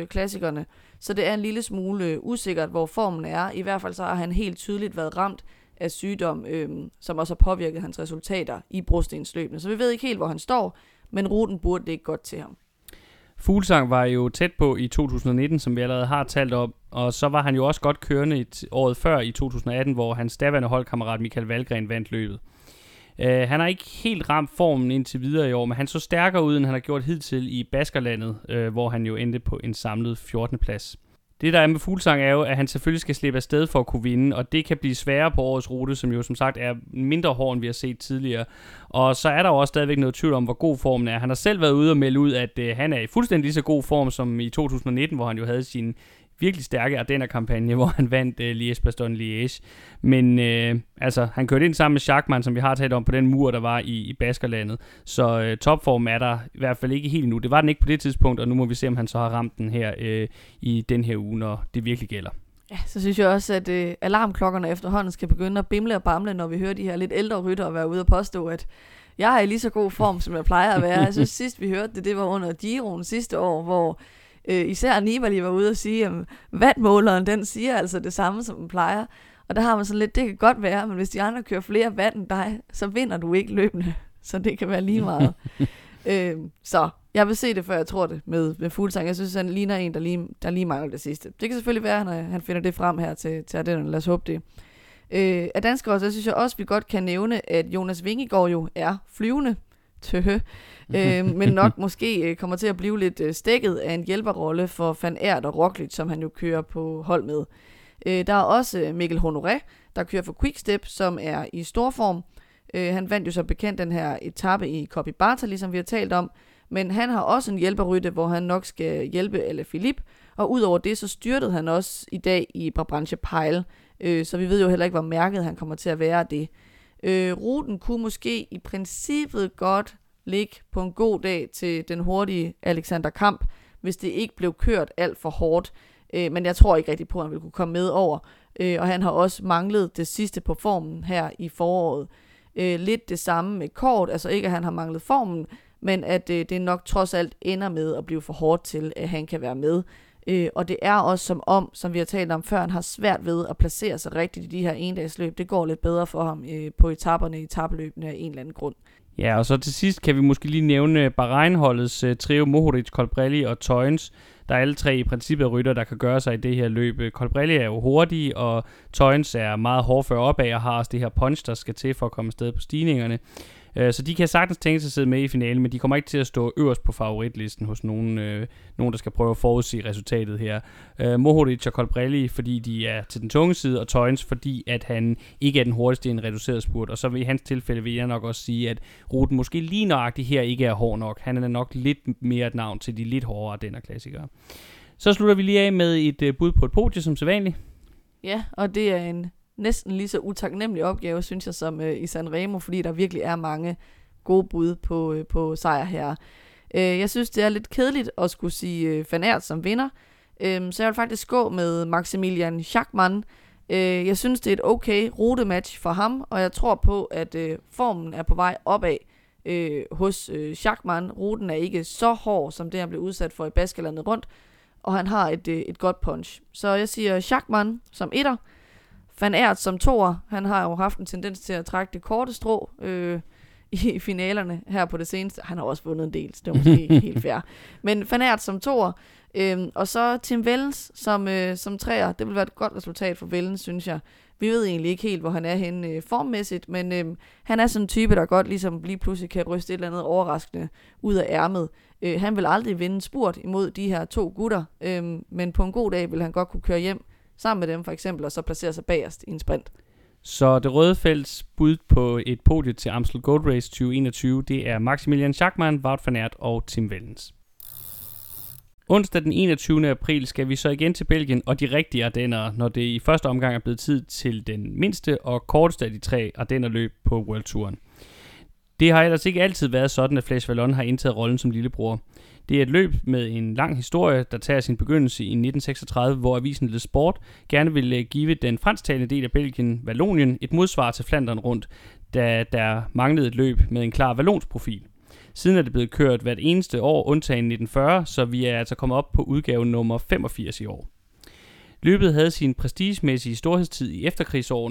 forårsklassikerne, øh, så det er en lille smule øh, usikkert, hvor formen er. I hvert fald så har han helt tydeligt været ramt af sygdom, øh, som også har påvirket hans resultater i brostensløbene. Så vi ved ikke helt, hvor han står, men ruten burde ligge godt til ham. Fuglsang var jo tæt på i to tusind nitten, som vi allerede har talt om, og så var han jo også godt kørende et året før i to tusind atten, hvor hans daværende holdkammerat Michael Valgren vandt løbet. Uh, han har ikke helt ramt formen indtil videre i år, men han så stærkere ud, end han har gjort hidtil i Baskerlandet, uh, hvor han jo endte på en samlet fjortende plads. Det der er med Fuglsang er jo, at han selvfølgelig skal slippe afsted for at kunne vinde, og det kan blive sværere på årets rute, som jo som sagt er mindre hård, end vi har set tidligere. Og så er der jo også stadigvæk noget tvivl om, hvor god formen er. Han har selv været ude og melde ud, at uh, han er i fuldstændig lige så god form som i to tusind nitten, hvor han jo havde sin virkelig stærke Ardenner-kampagne, hvor han vandt uh, Liège-Bastogne-Liège. Men uh, altså, han kørte ind sammen med Schachmann, som vi har talt om på den mur, der var i, i Baskerlandet. Så uh, topformen er der i hvert fald ikke helt nu. Det var den ikke på det tidspunkt, og nu må vi se, om han så har ramt den her uh, i den her uge, når det virkelig gælder. Ja, så synes jeg også, at uh, alarmklokkerne efterhånden skal begynde at bimle og bamle, når vi hører de her lidt ældre ryttere være ude og påstå, at jeg er i lige så god form, som jeg plejer at være. Jeg synes sidst vi hørte det, det var under Giroen sidste år, hvor Øh, især Nibali var ude og sige, at wattmåleren, den siger altså det samme, som den plejer. Og der har man sådan lidt, det kan godt være, men hvis de andre kører flere watt end dig, så vinder du ikke løbende. Så det kan være lige meget. øh, så jeg vil se det, før jeg tror det med, med Fuglsang. Jeg synes, han ligner en, der lige, der lige mangler det sidste. Det kan selvfølgelig være, når han finder det frem her til, til Ardennerne. Lad os håbe det. Øh, af danskere, så synes jeg også, vi godt kan nævne, at Jonas Vingegaard jo er flyvende. Tøhø. øh, men nok måske øh, kommer til at blive lidt øh, stækket af en hjælperrolle for Van Aert og Roglic, som han jo kører på hold med. Øh, der er også øh, Mikkel Honoré, der kører for Quickstep, som er i stor form. Øh, han vandt jo så bekendt den her etape i Coppi Bartali, som vi har talt om, men han har også en hjælperrytte, hvor han nok skal hjælpe Alaphilippe, og udover det, så styrtede han også i dag i Brabantse Pijl, øh, så vi ved jo heller ikke, hvor mærket han kommer til at være af det. Øh, ruten kunne måske i princippet godt ligge på en god dag til den hurtige Alexander Kamp, hvis det ikke blev kørt alt for hårdt. Øh, men jeg tror ikke rigtig på, at han ville kunne komme med over. Øh, og han har også manglet det sidste på formen her i foråret. Øh, lidt det samme med Kort, altså ikke at han har manglet formen, men at øh, det nok trods alt ender med at blive for hårdt til, at han kan være med. Øh, og det er også som om, som vi har talt om før, han har svært ved at placere sig rigtigt i de her endagsløb. Det går lidt bedre for ham øh, på etaperne i etapeløbene af en eller anden grund. Ja, og så til sidst kan vi måske lige nævne Bahrein-holdets uh, trio Mohoric, Colbrelli og Teuns. Der er alle tre i princippet rytter, der kan gøre sig i det her løb. Colbrelli er jo hurtig, og Teuns er meget hårdfør opad og har også det her punch, der skal til for at komme afsted på stigningerne. Så de kan sagtens tænke sig at sidde med i finalen, men de kommer ikke til at stå øverst på favoritlisten hos nogen, øh, nogen der skal prøve at forudsige resultatet her. Øh, Mohoric og Colbrelli, fordi de er til den tunge side, og Teuns, fordi at han ikke er den hurtigste i en reduceret spurt. Og så i hans tilfælde vil jeg nok også sige, at ruten måske lige nøjagtigt her ikke er hård nok. Han er nok lidt mere et navn til de lidt hårdere Ardenner-klassikere. Så slutter vi lige af med et øh, bud på et podie, som sædvanligt. Ja, og det er en næsten lige så utaknemmelig opgave, synes jeg, som øh, i Sanremo, fordi der virkelig er mange gode bud på, øh, på sejr her. Øh, jeg synes, det er lidt kedeligt at skulle sige øh, Van Aert som vinder, øh, så jeg vil faktisk gå med Maximilian Schachmann. Øh, jeg synes, det er et okay rutematch for ham, og jeg tror på, at øh, formen er på vej opad øh, hos øh, Schachmann. Ruten er ikke så hård, som det han blev udsat for i Baskerlandet rundt, og han har et, øh, et godt punch. Så jeg siger Schachmann som etter, Van Aert som toer. Han har jo haft en tendens til at trække det korte strå øh, i finalerne her på det seneste. Han har også vundet en del, så det er måske ikke helt fair. Men Van Aert som toer, øh, og så Tim Wellens som, øh, som treer. Det vil være et godt resultat for Wellens, synes jeg. Vi ved egentlig ikke helt, hvor han er henne øh, formmæssigt, men øh, han er sådan en type, der godt ligesom lige pludselig kan ryste et eller andet overraskende ud af ærmet. Øh, han vil aldrig vinde spurt imod de her to gutter, øh, men på en god dag vil han godt kunne køre hjem sammen med dem for eksempel, og så placere sig bagerst i en sprint. Så det røde felts bud på et podie til Amstel Gold Race tyve enogtyve, det er Maximilian Schachmann, Wout van Aert og Tim Wellens. Onsdag den enogtyvende april skal vi så igen til Belgien og de rigtige Ardenner, når det i første omgang er blevet tid til den mindste og korteste af de tre Ardennerløb på World Touren. Det har ellers ikke altid været sådan, at Flash Wallon har indtaget rollen som lillebror. Det er et løb med en lang historie, der tager sin begyndelse i nitten seksogtredive, hvor avisen Le Sport gerne ville give den fransktalende del af Belgien, Vallonien, et modsvar til Flandern rundt, da der manglede et løb med en klar vallonsk profil. Siden er det blevet kørt hvert eneste år, undtagen nitten fyrre, så vi er altså kommet op på udgave nummer femogfirs i år. Løbet havde sin prestigemæssige storhedstid i efterkrigsårene.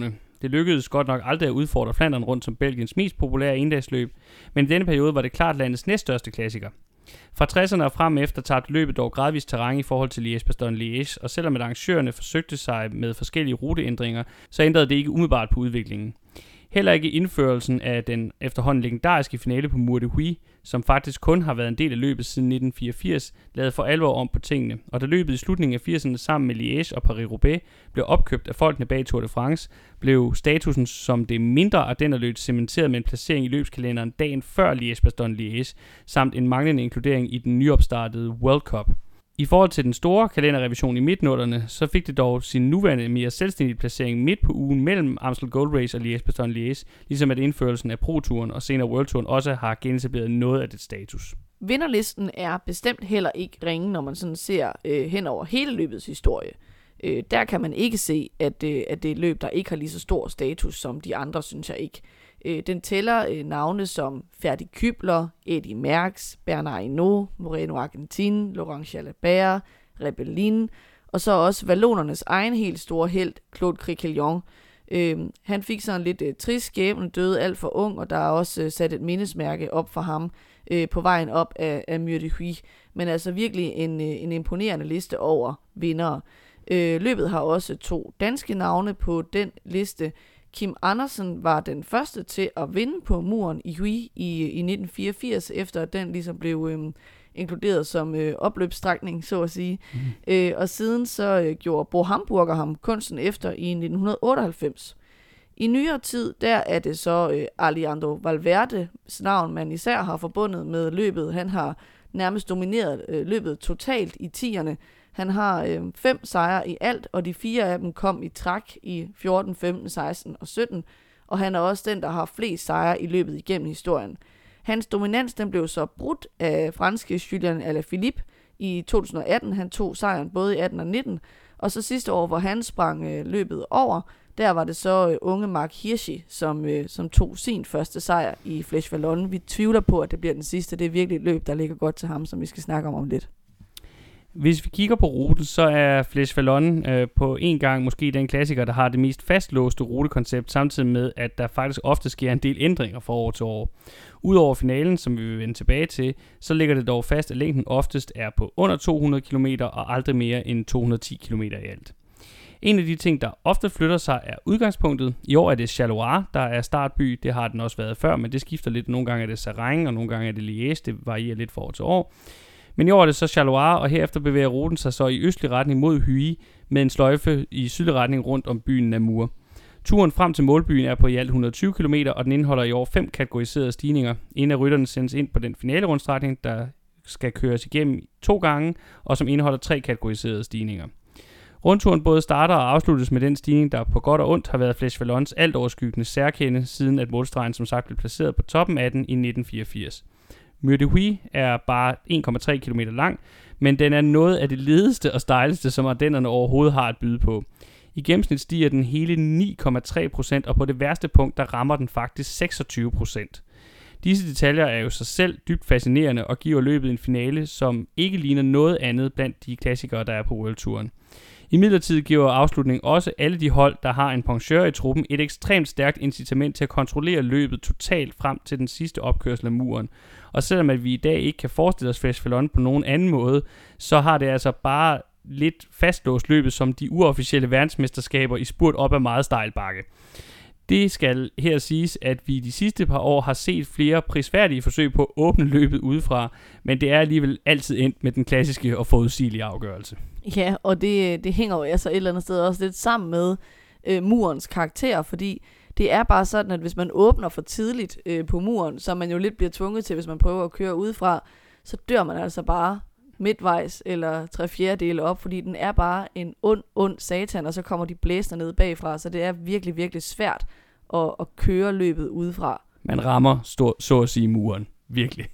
Det lykkedes godt nok aldrig at udfordre Flandern rundt som Belgiens mest populære endagsløb, men i denne periode var det klart landets næststørste klassiker. Fra tresserne og frem efter tabte løbet dog gradvist terræn i forhold til Liège-Bastogne-Liège, og selvom at arrangørerne forsøgte sig med forskellige ruteændringer, så ændrede det ikke umiddelbart på udviklingen. Heller ikke indførelsen af den efterhånden legendariske finale på Mur de Huy, som faktisk kun har været en del af løbet siden nitten fireogfirs, lavede for alvor om på tingene, og da løbet i slutningen af firserne sammen med Liège og Paris-Roubaix blev opkøbt af folkene bag Tour de France, blev statusen som det mindre ardennerløb cementeret med en placering i løbskalenderen dagen før Liège-Bastogne-Liège, samt en manglende inkludering i den nyopstartede World Cup. I forhold til den store kalenderrevision i midtnutterne, så fik det dog sin nuværende mere selvstændige placering midt på ugen mellem Amstel Gold Race og Liège-Bastogne-Liège, ligesom at indførelsen af Pro-turen og senere World-turen også har genetableret noget af det status. Vinderlisten er bestemt heller ikke ringe, når man sådan ser øh, hen over hele løbets historie. Øh, der kan man ikke se, at, øh, at det er et løb, der ikke har lige så stor status som de andre, synes jeg ikke. Øh, den tæller øh, navne som Ferdi Kübler, Eddy Merckx, Bernard Hinault, Moreno Argentin, Laurent Jalabert, Rebellin, og så også vallonernes egen helt store helt, Claude Criquelion. Øh, han fik sådan lidt øh, trist skæbne, døde alt for ung, og der er også øh, sat et mindesmærke op for ham øh, på vejen op af, af Mur de Huy. Men altså virkelig en, øh, en imponerende liste over vindere. Øh, løbet har også to danske navne på den liste. Kim Andersen var den første til at vinde på muren i Huy i, i nitten fireogfirs, efter at den ligesom blev øhm, inkluderet som øh, opløbsstrækning, så at sige. Mm. Øh, og siden så øh, gjorde Bo Hamburger ham kunsten efter i nitten otteoghalvfems. I nyere tid, der er det så øh, Alejandro Valverdes navn, man især har forbundet med løbet. Han har nærmest domineret øh, løbet totalt i tierne. Han har øh, fem sejre i alt, og de fire af dem kom i træk i fjorten, femten, seksten og sytten, og han er også den, der har flest sejre i løbet igennem historien. Hans dominans den blev så brudt af franske Julian Alaphilippe i to tusind og atten. Han tog sejren både i atten og nitten, og så sidste år, hvor han sprang øh, løbet over, der var det så øh, unge Mark Hirschi, som, øh, som tog sin første sejr i Flèche Wallonne. Vi tvivler på, at det bliver den sidste. Det er virkelig et løb, der ligger godt til ham, som vi skal snakke om om lidt. Hvis vi kigger på ruten, så er Flèche Wallonne øh, på en gang måske den klassiker, der har det mest fastlåste rutekoncept, samtidig med, at der faktisk ofte sker en del ændringer fra år til år. Udover finalen, som vi vil vende tilbage til, så ligger det dog fast, at længden oftest er på under to hundrede kilometer og aldrig mere end to hundrede og ti kilometer i alt. En af de ting, der ofte flytter sig, er udgangspunktet. I år er det Charleroi, der er startby. Det har den også været før, men det skifter lidt. Nogle gange er det Sarrennes, og nogle gange er det Liège. Det varierer lidt fra år til år. Men i år er det så Charleroi, og herefter bevæger ruten sig så i østlig retning mod Huy, med en sløjfe i sydlig retning rundt om byen Namur. Turen frem til målbyen er på i alt et hundrede og tyve kilometer, og den indeholder i år fem kategoriserede stigninger. En af rytterne sendes ind på den finale rundstrækning, der skal køres igennem to gange, og som indeholder tre kategoriserede stigninger. Rundturen både starter og afsluttes med den stigning, der på godt og ondt har været Flèche Wallonnes alt overskyggende særkende, siden at målstregen som sagt blev placeret på toppen af den i nitten fireogfirs. Mur de Huy er bare en komma tre kilometer lang, men den er noget af det ledeste og stejleste, som ardennerne overhovedet har at byde på. I gennemsnit stiger den hele ni komma tre procent, og på det værste punkt, der rammer den faktisk seksogtyve procent. Disse detaljer er jo sig selv dybt fascinerende og giver løbet en finale, som ikke ligner noget andet blandt de klassikere, der er på World-turen. Imidlertid giver afslutningen også alle de hold, der har en poncheur i truppen, et ekstremt stærkt incitament til at kontrollere løbet totalt frem til den sidste opkørsel af muren. Og selvom at vi i dag ikke kan forestille os Flèche Wallonne på nogen anden måde, så har det altså bare lidt fastlåst løbet som de uofficielle verdensmesterskaber i spurt op ad meget stejl bakke. Det skal her siges, at vi de sidste par år har set flere prisværdige forsøg på at åbne løbet udefra, men det er alligevel altid endt med den klassiske og forudsigelige afgørelse. Ja, og det, det hænger jo altså et eller andet sted også lidt sammen med øh, murens karakter, fordi det er bare sådan, at hvis man åbner for tidligt øh, på muren, så man jo lidt bliver tvunget til, hvis man prøver at køre udefra, så dør man altså bare midtvejs eller tre fjerdedele op, fordi den er bare en ond, ond satan, og så kommer de blæsner ned bagfra, så det er virkelig, virkelig svært at, at køre løbet udefra. Man rammer stor, så at sige muren. Virkelig.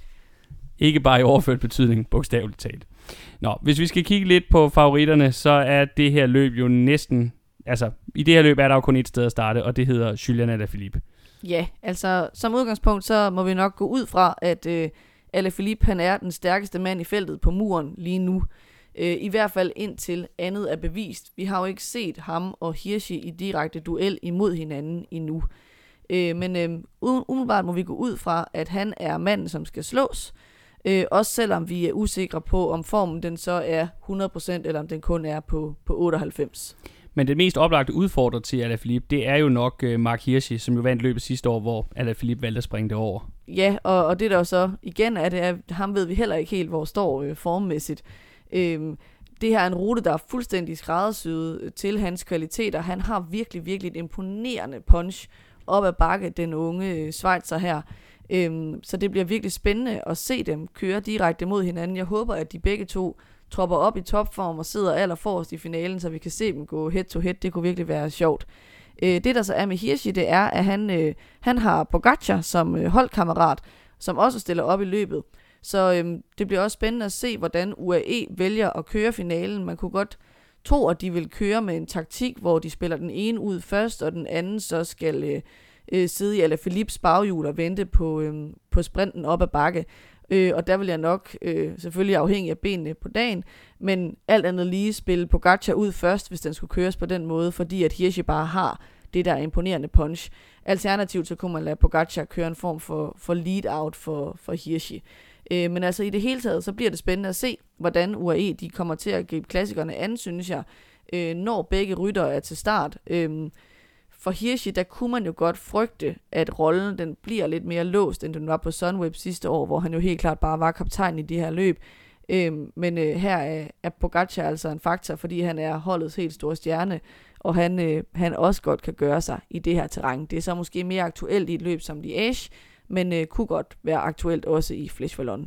Ikke bare i overført betydning, bogstaveligt talt. Nå, hvis vi skal kigge lidt på favoritterne, så er det her løb jo næsten, altså i det her løb er der jo kun et sted at starte, og det hedder Julian Alaphilippe. Ja, altså som udgangspunkt, så må vi nok gå ud fra, at øh, Alaphilippe, han er den stærkeste mand i feltet på muren lige nu. Øh, I hvert fald indtil andet er bevist. Vi har jo ikke set ham og Hirschi i direkte duel imod hinanden endnu. Øh, men øh, umiddelbart må vi gå ud fra, at han er manden, som skal slås. Øh, også selvom vi er usikre på, om formen den så er hundrede procent, eller om den kun er på, på otteoghalvfems. Men den mest oplagte udfordrer til Alaphilippe, det er jo nok uh, Mark Hirschi, som jo vandt løbet sidste år, hvor Alaphilippe valgte at springe det over. Ja, og, og det der så igen er, det er, ham ved vi heller ikke helt, hvor står øh, formmæssigt. Øh, det her er en rute, der er fuldstændig skræddersyet til hans kvaliteter. Han har virkelig, virkelig et imponerende punch op ad bakke, den unge øh, schweizer her. Øhm, så det bliver virkelig spændende at se dem køre direkte mod hinanden. Jeg håber, at de begge to tropper op i topform og sidder allerforrest i finalen, så vi kan se dem gå head to head. Det kunne virkelig være sjovt. Øh, det der så er med Hirschi, det er, at han, øh, han har Pogačar som øh, holdkammerat, som også stiller op i løbet. Så øh, det bliver også spændende at se, hvordan U A E vælger at køre finalen. Man kunne godt tro, at de vil køre med en taktik, hvor de spiller den ene ud først, og den anden så skal øh, øh, sidde i Alaphilippes baghjul og vente på, øh, på sprinten op ad bakke. Øh, og der vil jeg nok, øh, selvfølgelig afhængig af benene på dagen, men alt andet lige spille Pogačar ud først, hvis den skulle køres på den måde, fordi at Hirschi bare har det der imponerende punch. Alternativt så kunne man lade Pogačar køre en form for, for lead-out for, for Hirschi. Øh, men altså i det hele taget, så bliver det spændende at se, hvordan U A E de kommer til at gribe klassikerne an, synes jeg, øh, når begge ryttere er til start. Øh, for Hirschi, der kunne man jo godt frygte, at rollen den bliver lidt mere låst, end den var på Sunweb sidste år, hvor han jo helt klart bare var kaptajn i de her løb. Øh, men øh, her er, er Pogačar altså en faktor, fordi han er holdets helt store stjerne, og han, øh, han også godt kan gøre sig i det her terræn. Det er så måske mere aktuelt i et løb som Liège, men øh, kunne godt være aktuelt også i Flèche Wallonne.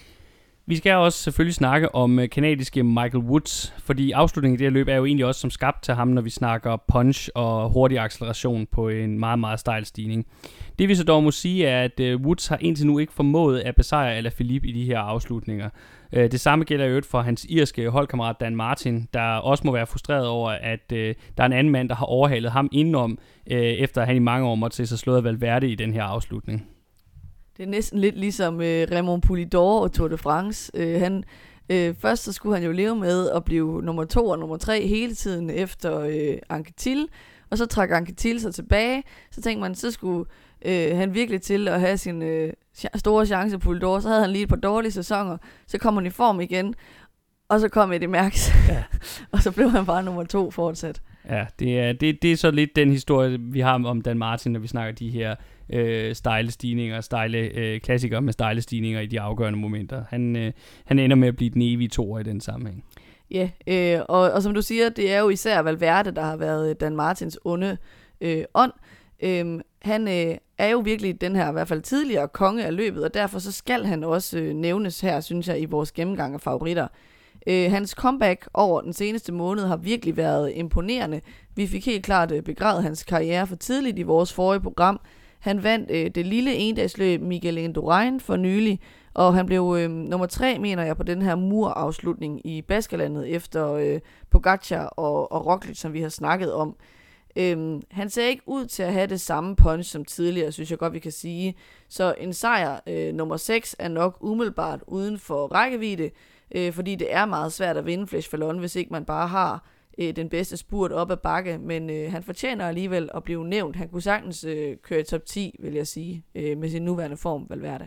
Vi skal også selvfølgelig snakke om kanadiske Michael Woods, fordi afslutningen i det her løb er jo egentlig også som skabt til ham, når vi snakker punch og hurtig acceleration på en meget, meget stejl stigning. Det vi så dog må sige er, at Woods har indtil nu ikke formået at besejre Alaphilippe i de her afslutninger. Det samme gælder jo for hans irske holdkammerat Dan Martin, der også må være frustreret over, at der er en anden mand, der har overhalet ham indenom, efter han i mange år måtte se sig slået af Valverde i den her afslutning. Det er næsten lidt ligesom øh, Raymond Poulidor og Tour de France. Øh, han, øh, først så skulle han jo leve med at blive nummer to og nummer tre hele tiden efter øh, Anquetil, og så trak Anquetil sig tilbage. Så tænkte man, så skulle øh, han virkelig til at have sin øh, store chance Poulidor. Så havde han lige et par dårlige sæsoner, så kom han i form igen, og så kom Eddy Merckx, ja. Og så blev han bare nummer to fortsat. Ja, det er, det, det er så lidt den historie, vi har om Dan Martin, når vi snakker de her øh, stejle stigninger, stejle øh, klassikere med stejle stigninger i de afgørende momenter. Han, øh, han ender med at blive den evige toer i den sammenhæng. Ja, øh, og, og som du siger, det er jo især Valverde, der har været Dan Martins onde øh, ånd. Øh, han øh, er jo virkelig den her, i hvert fald tidligere konge af løbet, og derfor så skal han også øh, nævnes her, synes jeg, i vores gennemgang af favoritter. Øh, hans comeback over den seneste måned har virkelig været imponerende. Vi fik helt klart øh, begravet hans karriere for tidligt i vores forrige program. Han vandt øh, det lille endagsløb Miguel Indurain for nylig, og han blev øh, nummer tre, mener jeg, på den her murafslutning i Baskerlandet efter øh, Pogačar og, og Roglic, som vi har snakket om. Øhm, han ser ikke ud til at have det samme punch som tidligere, synes jeg godt, vi kan sige. Så en sejr øh, nummer seks er nok umiddelbart uden for rækkevidde, øh, fordi det er meget svært at vinde Flèche Wallonne, hvis ikke man bare har øh, den bedste spurt op ad bakke. Men øh, han fortjener alligevel at blive nævnt. Han kunne sagtens øh, køre i top ti, vil jeg sige, øh, med sin nuværende form, Valverde.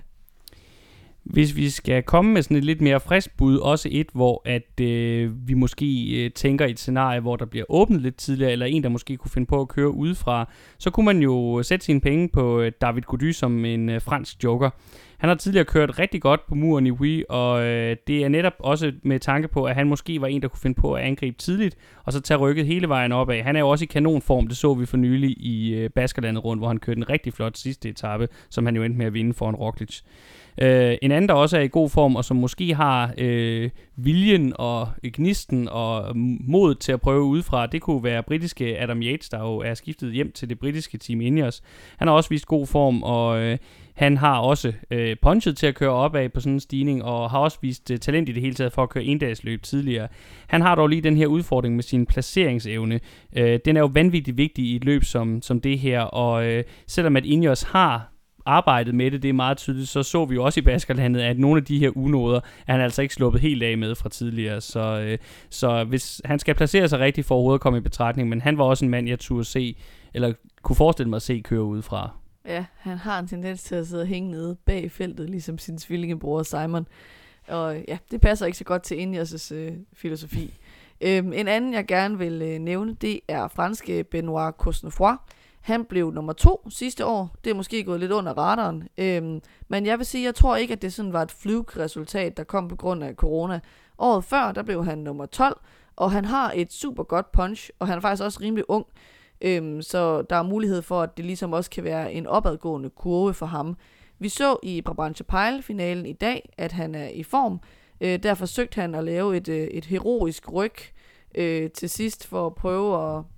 Hvis vi skal komme med sådan et lidt mere frisk bud, også et, hvor at øh, vi måske øh, tænker i et scenarie, hvor der bliver åbnet lidt tidligere, eller en, der måske kunne finde på at køre udefra, så kunne man jo sætte sine penge på øh, David Gaudu som en øh, fransk joker. Han har tidligere kørt rigtig godt på muren i Huy, og øh, det er netop også med tanke på, at han måske var en, der kunne finde på at angribe tidligt, og så tage rykket hele vejen opad. Han er jo også i kanonform, det så vi for nylig i øh, Baskerlandet rundt, hvor han kørte en rigtig flot sidste etape, som han jo endte med at vinde foran Roglic. Uh, en anden, der også er i god form, og som måske har uh, viljen og gnisten og mod til at prøve udefra, det kunne være britiske Adam Yates, der jo er skiftet hjem til det britiske Team Ineos. Han har også vist god form, og uh, han har også uh, punchet til at køre opad på sådan en stigning, og har også vist uh, talent i det hele taget for at køre endagsløb tidligere. Han har dog lige den her udfordring med sin placeringsevne. Uh, den er jo vanvittigt vigtig i et løb som, som det her, og uh, selvom at Ineos har arbejdet med det, det er meget tydeligt, så så vi jo også i Baskerlandet, at nogle af de her unoder er han altså ikke sluppet helt af med fra tidligere. Så, øh, så hvis han skal placere sig rigtigt for overhovedet at komme i betragtning, men han var også en mand, jeg turde se, eller kunne forestille mig at se køre udefra. Ja, han har en tendens til at sidde og hænge nede bag feltet, ligesom sin tvillingebror Simon. Og ja, det passer ikke så godt til Ineos' øh, filosofi. Øhm, en anden, jeg gerne vil øh, nævne, det er franske Benoit Cosnefroid. Han blev nummer to sidste år. Det er måske gået lidt under radaren. Øhm, men jeg vil sige, jeg tror ikke, at det sådan var et fluke-resultat, der kom på grund af corona. Året før, der blev han nummer tolv, og han har et super godt punch, og han er faktisk også rimelig ung. Øhm, så der er mulighed for, at det ligesom også kan være en opadgående kurve for ham. Vi så i Brabantse Pijl-finalen i dag, at han er i form. Øh, der forsøgte han at lave et, et heroisk ryg øh, til sidst for at prøve at,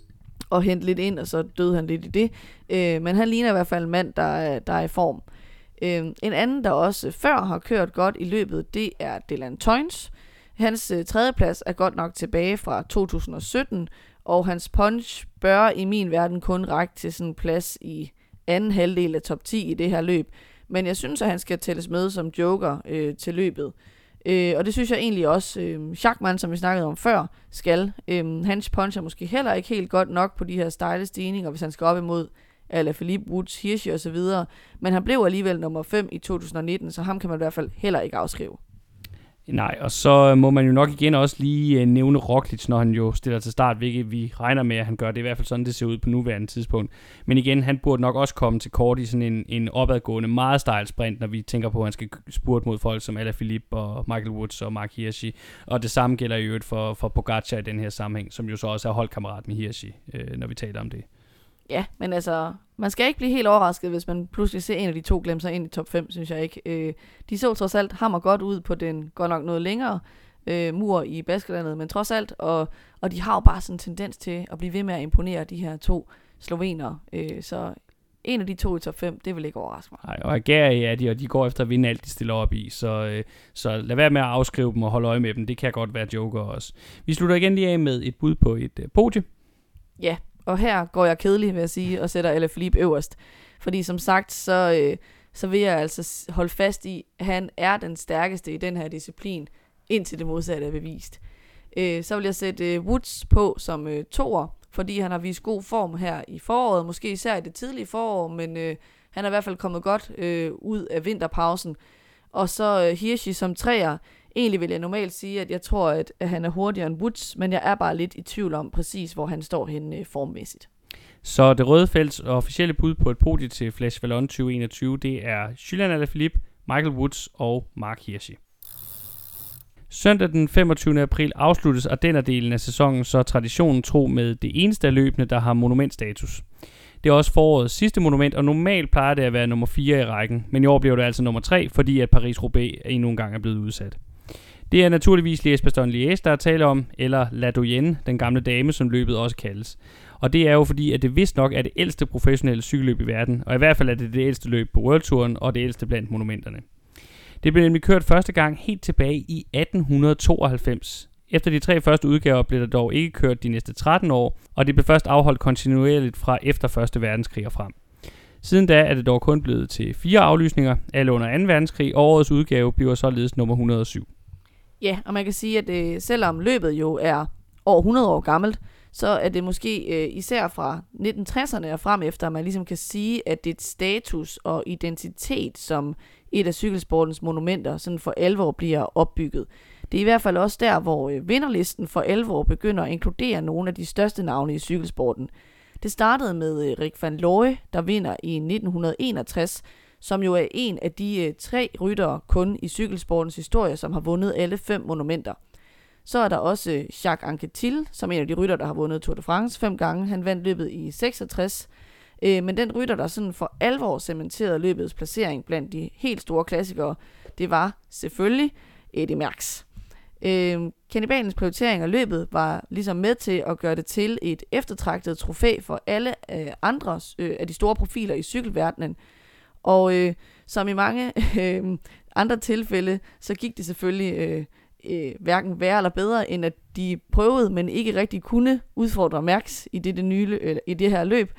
at hente lidt ind, og så døde han lidt i det. Øh, men han ligner i hvert fald en mand, der er, der er i form. Øh, en anden, der også før har kørt godt i løbet, det er Dylan Teuns. Hans øh, tredjeplads er godt nok tilbage fra to tusind og sytten, og hans punch bør i min verden kun række til sådan en plads i anden halvdel af top ti i det her løb. Men jeg synes, at han skal tælles med som joker øh, til løbet. Øh, og det synes jeg egentlig også, øh, Schachmann, som vi snakkede om før, skal. Øh, hans punch er måske heller ikke helt godt nok på de her stejle stigninger, hvis han skal op imod Alaphilippe, Woods, Hirschi og så videre. Men han blev alligevel nummer fem i to tusind og nitten, så ham kan man i hvert fald heller ikke afskrive. Nej, og så må man jo nok igen også lige øh, nævne Roglic, når han jo stiller til start, hvilket vi regner med, at han gør. Det er i hvert fald sådan, det ser ud på nuværende tidspunkt. Men igen, han burde nok også komme til kort i sådan en, en opadgående, meget stejl sprint, når vi tænker på, at han skal spurte mod folk som Alaphilippe og Michael Woods og Mark Hirschi. Og det samme gælder i øvrigt for, for Pogacar i den her sammenhæng, som jo så også er holdkammerat med Hirschi, øh, når vi taler om det. Ja, men altså, man skal ikke blive helt overrasket, hvis man pludselig ser en af de to glemme sig ind i top fem, synes jeg ikke. Øh, de så trods alt hammer godt ud på den godt nok noget længere øh, mur i Baskerlandet, men trods alt, og, og de har jo bare sådan en tendens til at blive ved med at imponere de her to slovenere. Øh, så en af de to i top fem, det vil ikke overraske mig. Nej, og agerige er de, og de går efter at vinde alt, de stiller op i, så, øh, så lad være med at afskrive dem og holde øje med dem. Det kan godt være joker også. Vi slutter igen lige af med et bud på et øh, podie. Ja, og her går jeg kedelig, vil jeg sige, og sætter Alaphilippe øverst. Fordi som sagt, så, øh, så vil jeg altså holde fast i, at han er den stærkeste i den her disciplin, indtil det modsatte er bevist. Øh, så vil jeg sætte øh, Woods på som øh, toer, fordi han har vist god form her i foråret, måske især i det tidlige forår, men øh, han er i hvert fald kommet godt øh, ud af vinterpausen. Og så øh, Hirschi som treer. Egentlig vil jeg normalt sige, at jeg tror, at, at han er hurtigere end Woods, men jeg er bare lidt i tvivl om præcis, hvor han står henne formmæssigt. Så det røde felts officielle bud på et podie til Flash Wallonne tyve enogtyve, det er Julian Alaphilippe, Michael Woods og Mark Hirschi. Søndag den femogtyvende april afsluttes Ardenner-delen af sæsonen, så traditionen tro med det eneste af løbene, der har monumentstatus. Det er også forårets sidste monument, og normalt plejer det at være nummer fire i rækken, men i år bliver det altså nummer tre, fordi at Paris-Roubaix endnu en gang er blevet udsat. Det er naturligvis Liège-Bastogne-Liège, der er tale om, eller La Doyenne, den gamle dame, som løbet også kaldes. Og det er jo fordi, at det vist nok er det ældste professionelle cykelløb i verden, og i hvert fald er det det ældste løb på World Touren, og det ældste blandt monumenterne. Det blev nemlig kørt første gang helt tilbage i atten tooghalvfems. Efter de tre første udgaver blev der dog ikke kørt de næste tretten år, og det blev først afholdt kontinuerligt fra efter første verdenskrig og frem. Siden da er det dog kun blevet til fire aflysninger, alle under anden verdenskrig, og årets udgave bliver således nummer et hundrede og syv. Ja, og man kan sige, at øh, selvom løbet jo er over hundrede år gammelt, så er det måske øh, især fra nitten tresserne og frem efter, at man ligesom kan sige, at det er et status og identitet, som et af cykelsportens monumenter sådan for alvor bliver opbygget. Det er i hvert fald også der, hvor øh, vinderlisten for alvor begynder at inkludere nogle af de største navne i cykelsporten. Det startede med øh, Rick van Looy, der vinder i nitten enogtres, som jo er en af de øh, tre ryttere kun i cykelsportens historie, som har vundet alle fem monumenter. Så er der også øh, Jacques Anquetil, som er en af de ryttere, der har vundet Tour de France fem gange. Han vandt løbet i seksogtres. Øh, men den rytter, der sådan for alvor cementerede løbets placering blandt de helt store klassikere, det var selvfølgelig Eddy Merckx. Øh, Kannibalens prioritering af løbet var ligesom med til at gøre det til et eftertragtet trofæ for alle øh, andre øh, af de store profiler i cykelverdenen. Og øh, som i mange øh, andre tilfælde, så gik det selvfølgelig øh, øh, hverken værre eller bedre, end at de prøvede, men ikke rigtig kunne udfordre Merckx i det, det, nye, øh, i det her løb.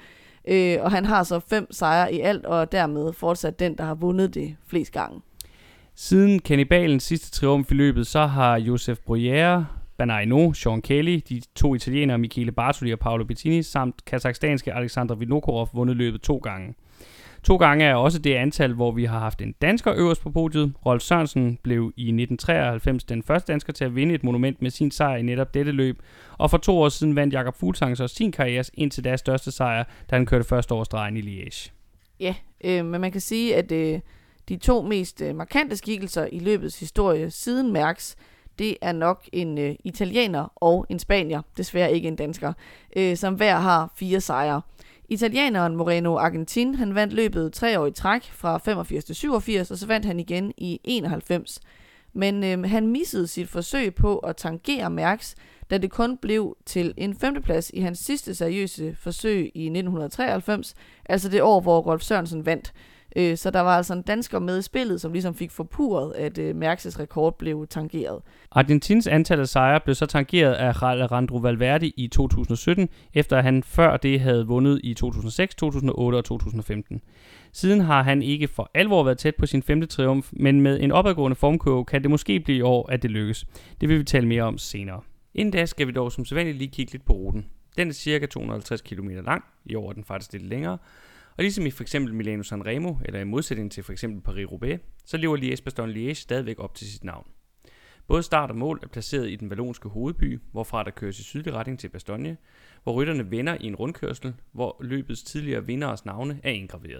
Øh, og han har så fem sejre i alt, og er dermed fortsat den, der har vundet det flest gange. Siden Kannibalens sidste triumf i løbet, så har Joseph Bruyère, Bernard Hinault, Sean Kelly, de to italienere Michele Bartoli og Paolo Bettini, samt kazakhstanske Alexander Vinokurov vundet løbet to gange. To gange er også det antal, hvor vi har haft en dansker øverst på podiet. Rolf Sørensen blev i nitten treoghalvfems den første dansker til at vinde et monument med sin sejr i netop dette løb, og for to år siden vandt Jakob Fuglsang så sin karrieres indtil deres største sejr, da han kørte første over stregen i Liège. Ja, øh, men man kan sige, at øh, de to mest øh, markante skikkelser i løbets historie siden Mærks, det er nok en øh, italiener og en spanier, desværre ikke en dansker, øh, som hver har fire sejre. Italieneren Moreno Argentin, han vandt løbet tre år i træk fra femogfirs til syvogfirs, og så vandt han igen i enoghalvfems. Men øh, han missede sit forsøg på at tangere Mærks, da det kun blev til en femteplads i hans sidste seriøse forsøg i nitten treoghalvfems, altså det år, hvor Rolf Sørensen vandt. Øh, så der var altså en dansker med i spillet, som ligesom fik forpurret, at øh, Mærks' rekord blev tangeret. Argentins antal af sejre blev så tangeret af Alejandro Valverde i to tusind og sytten, efter at han før det havde vundet i to tusind og seks, to tusind og otte og to tusind og femten. Siden har han ikke for alvor været tæt på sin femte triumf, men med en opadgående formkurve kan det måske blive i år, at det lykkes. Det vil vi tale mere om senere. Inden da skal vi dog som sædvanligt lige kigge lidt på ruten. Den er cirka to hundrede og halvtreds kilometer lang, i år er den faktisk lidt længere. Og ligesom i f.eks. Milano-San Remo, eller i modsætning til f.eks. Paris-Roubaix, så lever Liège-Bastogne-Liège stadigvæk op til sit navn. Både start og mål er placeret i den vallonske hovedby, hvorfra der køres i sydlig retning til Bastogne, hvor rytterne vender i en rundkørsel, hvor løbets tidligere vinderes navne er indgraveret.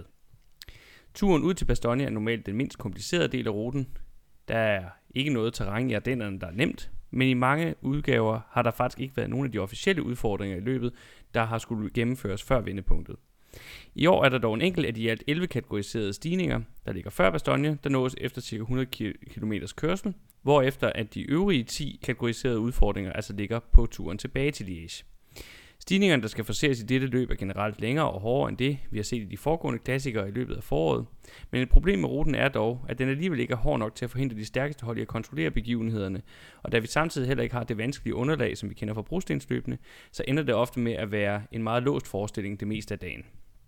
Turen ud til Bastogne er normalt den mindst komplicerede del af ruten. Der er ikke noget terræn i Ardennerne, der er nemt, men i mange udgaver har der faktisk ikke været nogen af de officielle udfordringer i løbet, der har skulle gennemføres før vendepunktet. I år er der dog en enkelt af de i alt elleve kategoriserede stigninger, der ligger før Bastogne, der nås efter ca. hundrede kilometer kørsel, hvorefter at de øvrige ti kategoriserede udfordringer altså ligger på turen tilbage til Liège. Stigningerne, der skal forceres i dette løb, er generelt længere og hårdere end det, vi har set i de foregående klassikere i løbet af foråret. Men et problem med ruten er dog, at den alligevel ikke er hård nok til at forhindre de stærkeste hold i at kontrollere begivenhederne, og da vi samtidig heller ikke har det vanskelige underlag, som vi kender fra brostensløbene, så ender det ofte med at være en meget låst forestilling det meste af dagen.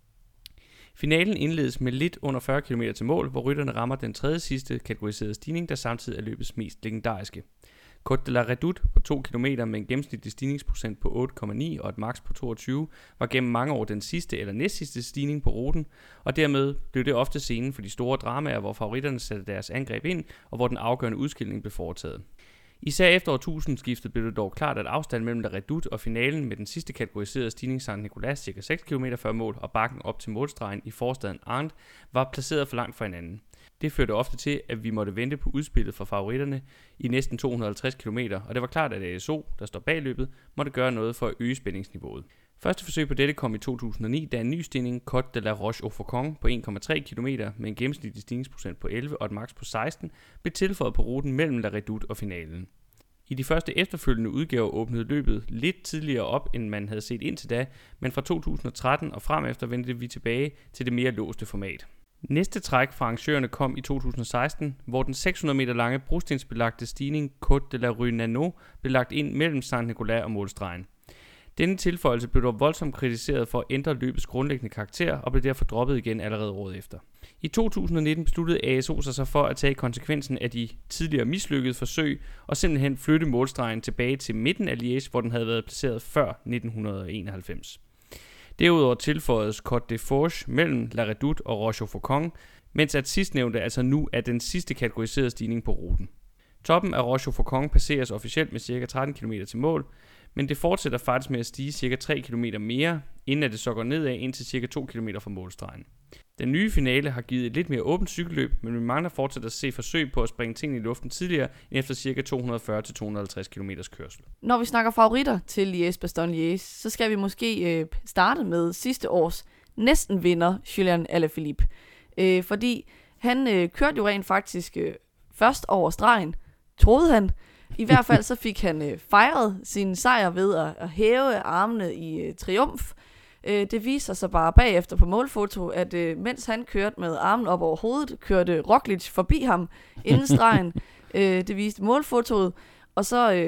Finalen indledes med lidt under fyrre kilometer til mål, hvor rytterne rammer den tredje sidste kategoriserede stigning, der samtidig er løbets mest legendariske. Côte de la Redoute på to kilometer med en gennemsnitlig stigningsprocent på otte komma ni og et maks på toogtyve var gennem mange år den sidste eller næstsidste stigning på ruten, og dermed blev det ofte scenen for de store dramaer, hvor favoritterne satte deres angreb ind, og hvor den afgørende udskilning blev foretaget. Især efter årtusindskiftet blev det dog klart, at afstanden mellem La Redoute og finalen med den sidste kategoriserede stigning Sankt Nicolas cirka seks kilometer før mål og bakken op til målstregen i forstaden Arndt var placeret for langt fra hinanden. Det førte ofte til, at vi måtte vente på udspillet for favoritterne i næsten to hundrede og halvtreds kilometer, og det var klart, at A S O, der står bag løbet, måtte gøre noget for at øge spændingsniveauet. Første forsøg på dette kom i to tusind og ni, da en ny stigning, Côte de la Roche-au-Faucon på en komma tre kilometer med en gennemsnitlig stigningsprocent på elleve og et maks på seksten, blev tilføjet på ruten mellem La Redoute og finalen. I de første efterfølgende udgaver åbnede løbet lidt tidligere op, end man havde set indtil da, men fra to tusind og tretten og frem efter vendte vi tilbage til det mere låste format. Næste træk fra arrangørerne kom i to tusind og seksten, hvor den seks hundrede meter lange brostensbelagte stigning Côte de la Rue Nano blev lagt ind mellem Sankt Nicolas og målstregen. Denne tilføjelse blev dog voldsomt kritiseret for at ændre løbets grundlæggende karakter og blev derfor droppet igen allerede året efter. I to tusind og nitten besluttede A S O sig så for at tage konsekvensen af de tidligere mislykkede forsøg og simpelthen flytte målstregen tilbage til midten af Liège, hvor den havde været placeret før nitten enoghalvfems. Derudover tilføjedes Côte de Forges mellem La Redoute og Roche-au-Faucon, mens at sidstnævnte altså nu er den sidste kategoriserede stigning på ruten. Toppen af Roche-au-Faucon passeres officielt med ca. tretten kilometer til mål, men det fortsætter faktisk med at stige ca. tre kilometer mere, inden at det så går nedad ind til ca. to kilometer fra målstregen. Den nye finale har givet et lidt mere åbent cykelløb, men vi mangler fortsat at se forsøg på at springe tingene i luften tidligere end efter ca. to hundrede og fyrre til to hundrede og halvtreds kilometers kørsel. Når vi snakker favoritter til Liège-Bastogne-Liège, så skal vi måske øh, starte med sidste års næsten vinder, Julian Alaphilippe. Øh, fordi han øh, kørte jo rent faktisk øh, først over stregen, troede han. I hvert fald så fik han øh, fejret sin sejr ved at, at hæve armene i øh, triumf. Øh, det viser sig bare bagefter på målfoto, at øh, mens han kørte med armen op over hovedet, kørte Roglic forbi ham inden stregen. øh, det viste målfotoet. Og så øh,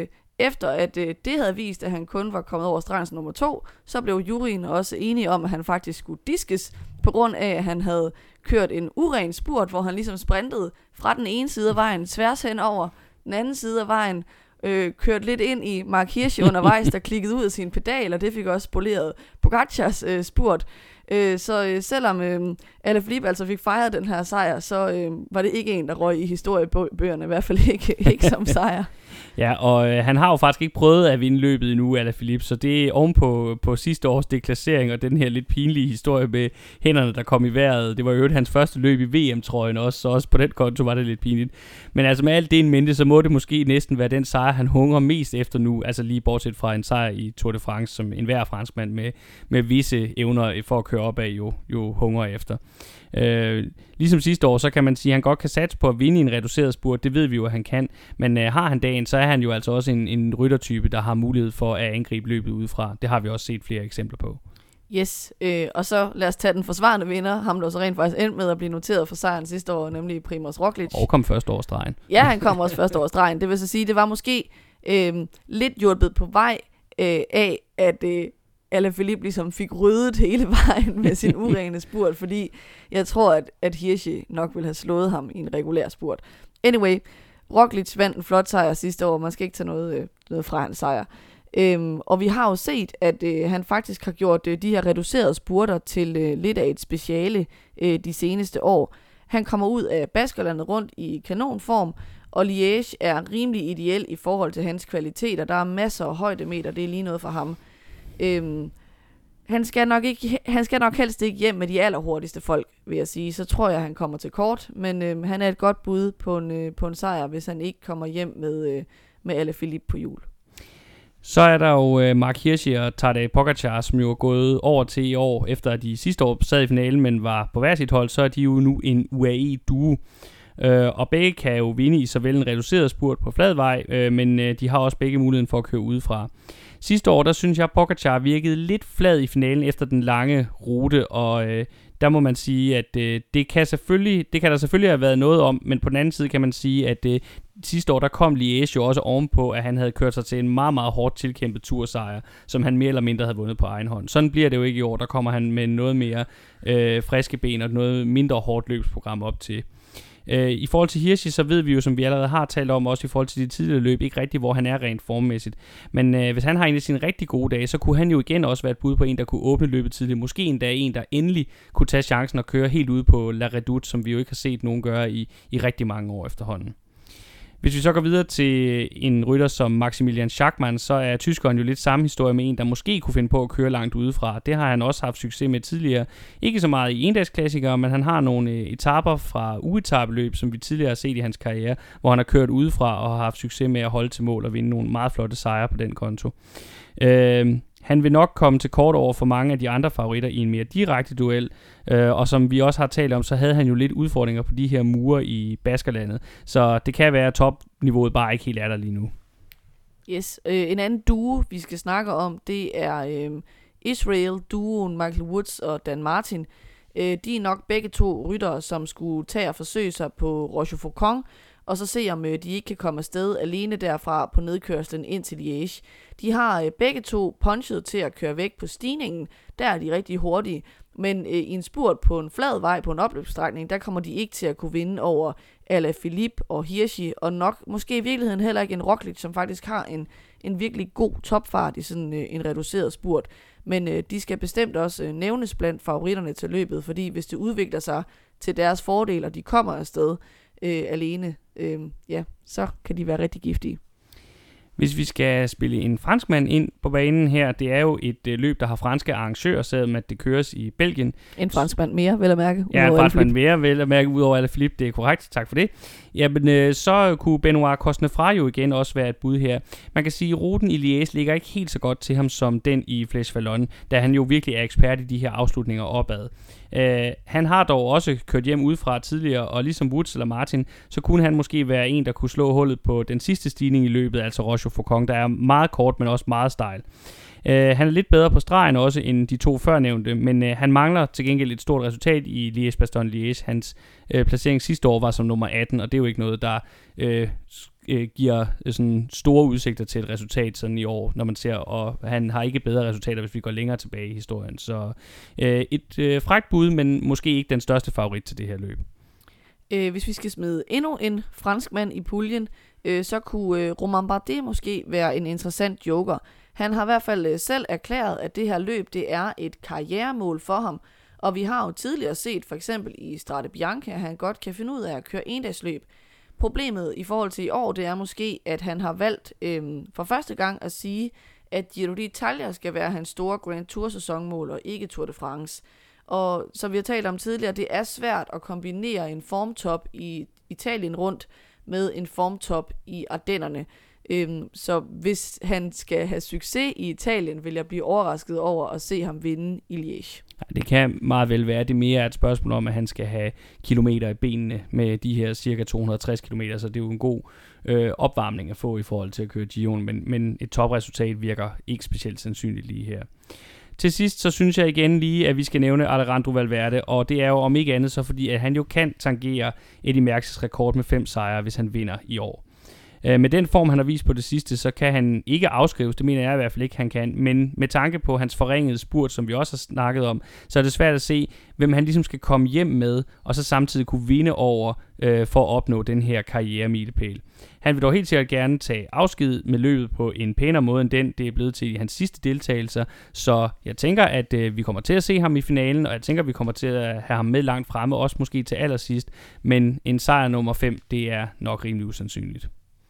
Efter at øh, det havde vist, at han kun var kommet over stregen som nummer to, så blev juryen også enige om, at han faktisk skulle diskes, på grund af, at han havde kørt en uren spurt, hvor han ligesom sprintede fra den ene side af vejen, tværs hen over den anden side af vejen, øh, kørt lidt ind i Mark Hirschi undervejs, der klikkede ud af sin pedal, og det fik også spoleret Pogacars øh, spurt. Øh, så øh, selvom øh, Alaphilippe altså fik fejret den her sejr, så øh, var det ikke en, der røg i historiebøgerne, i hvert fald ikke, ikke som sejr. Ja, og øh, han har jo faktisk ikke prøvet at vinde løbet endnu, Alaphilippe, så det er ovenpå på sidste års deklassering og den her lidt pinlige historie med hænderne, der kom i vejret. Det var jo hans første løb i V M-trøjen også, så også på den konto var det lidt pinligt. Men altså med alt det en mente, så må det måske næsten være den sejr, han hungrer mest efter nu, altså lige bortset fra en sejr i Tour de France, som enhver franskmand med, med visse evner for at køre opad jo, jo hungrer efter. Øh, ligesom sidste år, så kan man sige, at han godt kan satse på at vinde i en reduceret spurt. Det ved vi jo, at han kan. Men øh, har han dagen, så er han jo altså også en, en ryttertype, der har mulighed for at angribe løbet udefra. Det har vi også set flere eksempler på. Yes, øh, og så lad os tage den forsvarende vinder, ham der så rent faktisk endte med at blive noteret for sejren sidste år, nemlig Primož Roglič. Og kom første over stregen. Ja, han kom også første over stregen. Det vil så sige, det var måske øh, lidt hjulpet på vej øh, af, at øh, Alaphilippe ligesom fik ryddet hele vejen med sin urene spurt, fordi jeg tror, at, at Hirschi nok ville have slået ham i en regulær spurt. Anyway, Roglič vandt en flot sejr sidste år. Man skal ikke tage noget, øh, noget fra hans sejr. Øhm, og vi har jo set, at øh, han faktisk har gjort øh, de her reducerede spurter til øh, lidt af et speciale øh, de seneste år. Han kommer ud af Baskerlandet rundt i kanonform, og Liège er rimelig ideel i forhold til hans kvaliteter. Der er masser af højdemeter, det er lige noget for ham. Øhm, han, skal nok ikke, han skal nok helst ikke hjem med de allerhurtigste folk, vil jeg sige. Så tror jeg, han kommer til kort, men øh, han er et godt bud på en, øh, på en sejr, hvis han ikke kommer hjem med, øh, med Alaphilippe på hjul. Så er der jo øh, Mark Hirschi og Tadej Pogačar, som jo er gået over til i år, efter at de sidste år sad i finalen, men var på hver sit hold, så er de jo nu en U A E-duo. Øh, og begge kan jo vinde i såvel en reduceret spurt på flad vej, øh, men øh, de har også begge muligheden for at køre udefra. Sidste år, der synes jeg, Pogačar virkede lidt flad i finalen efter den lange rute, og øh, der må man sige, at øh, det, kan selvfølgelig, det kan der selvfølgelig have været noget om, men på den anden side kan man sige, at øh, sidste år, der kom Liège jo også ovenpå, at han havde kørt sig til en meget, meget hårdt tilkæmpet tursejr, som han mere eller mindre havde vundet på egen hånd. Sådan bliver det jo ikke i år. Der kommer han med noget mere øh, friske ben og noget mindre hårdt løbsprogram op til. Øh, I forhold til Hirschi, så ved vi jo, som vi allerede har talt om, også i forhold til de tidligere løb, ikke rigtigt, hvor han er rent formmæssigt. Men øh, hvis han har en af sine rigtig gode dage, så kunne han jo igen også være et bud på en, der kunne åbne løbet tidligt. Måske en dag en, der endelig kunne tage chancen og køre helt ude på La Redoute, som vi jo ikke har set nogen gøre i, i rigtig mange år efterhånden. Hvis vi så går videre til en rytter som Maximilian Schachmann, så er tyskeren jo lidt samme historie med en, der måske kunne finde på at køre langt udefra. Det har han også haft succes med tidligere. Ikke så meget i endagsklassikere, men han har nogle etaper fra ugetabeløb, som vi tidligere har set i hans karriere, hvor han har kørt udefra og har haft succes med at holde til mål og vinde nogle meget flotte sejre på den konto. Øh, Han vil nok komme til kort over for mange af de andre favoritter i en mere direkte duel, øh, og som vi også har talt om, så havde han jo lidt udfordringer på de her mure i Baskerlandet, så det kan være, at topniveauet bare ikke helt er der lige nu. Yes, øh, en anden duo, vi skal snakke om, det er øh, Israel-duoen Michael Woods og Dan Martin. Øh, de er nok begge to ryttere, som skulle tage og forsøge sig på Rochefoucauld, og så se om øh, de ikke kan komme afsted alene derfra på nedkørslen ind til Liège. De har øh, begge to punchet til at køre væk på stigningen. Der er de rigtig hurtige, men øh, i en spurt på en flad vej på en opløbsstrækning, der kommer de ikke til at kunne vinde over Alaphilippe og Hirschi, og nok måske i virkeligheden heller ikke en Roglič, som faktisk har en, en virkelig god topfart i sådan øh, en reduceret spurt. Men øh, de skal bestemt også øh, nævnes blandt favoritterne til løbet, fordi hvis det udvikler sig til deres fordel, og de kommer afsted øh, alene, øh, ja, så kan de være rigtig giftige. Hvis vi skal spille en franskmand ind på banen her, det er jo et øh, løb, der har franske arrangører, selvom at det køres i Belgien. En franskmand mere, vel at mærke. Ja, en franskmand mere, vel at mærke, ud over Alaphilippe, det er korrekt, tak for det. Jamen, øh, så kunne Benoît Cosnefroid jo igen også være et bud her. Man kan sige, at ruten i Liège ligger ikke helt så godt til ham som den i Flèche Wallonne, da han jo virkelig er ekspert i de her afslutninger opad. Uh, han har dog også kørt hjem udefra tidligere, og ligesom Woods eller Martin, så kunne han måske være en, der kunne slå hullet på den sidste stigning i løbet, altså Rochefoucauld, der er meget kort, men også meget stejl. Uh, han er lidt bedre på stregen også end de to førnævnte, men uh, han mangler til gengæld et stort resultat i Liège-Bastogne-Liège. Hans uh, placering sidste år var som nummer atten, og det er jo ikke noget, der uh, øh, giver sådan store udsigter til et resultat sådan i år, når man ser, og han har ikke bedre resultater, hvis vi går længere tilbage i historien. Så øh, et øh, frækt bud, men måske ikke den største favorit til det her løb. Øh, hvis vi skal smide endnu en franskmand i puljen, øh, så kunne øh, Romain Bardet måske være en interessant joker. Han har i hvert fald øh, selv erklæret, at det her løb det er et karrieremål for ham, og vi har jo tidligere set, for eksempel i Strade Bianche, at han godt kan finde ud af at køre endagsløb. Problemet i forhold til i år, det er måske, at han har valgt øh, for første gang at sige, at Giro d'Italia skal være hans store Grand Tour-sæsonmål, og ikke Tour de France. Og som vi har talt om tidligere, det er svært at kombinere en formtop i Italien rundt med en formtop i Ardennerne. Øhm, så hvis han skal have succes i Italien, vil jeg blive overrasket over at se ham vinde i Liège. Det kan meget vel være, det mere er et spørgsmål om, at han skal have kilometer i benene med de her cirka to hundrede og tres kilometer, så det er jo en god øh, opvarmning at få i forhold til at køre Giroen, men, men et topresultat virker ikke specielt sandsynligt lige her. Til sidst, så synes jeg igen lige, at vi skal nævne Alejandro Valverde, og det er jo om ikke andet så, fordi at han jo kan tangere Eddy Merckx rekord med fem sejre, hvis han vinder i år. Med den form, han har vist på det sidste, så kan han ikke afskrives, det mener jeg i hvert fald ikke, han kan, men med tanke på hans forringede spurt, som vi også har snakket om, så er det svært at se, hvem han ligesom skal komme hjem med, og så samtidig kunne vinde over øh, for at opnå den her karrieremilepæl. Han vil dog helt sikkert gerne tage afsked med løbet på en pænere måde end den, det er blevet til i hans sidste deltagelser, så jeg tænker, at øh, vi kommer til at se ham i finalen, og jeg tænker, at vi kommer til at have ham med langt fremme, også måske til allersidst, men en sejr nummer fem, det er nok rimelig usandsynligt.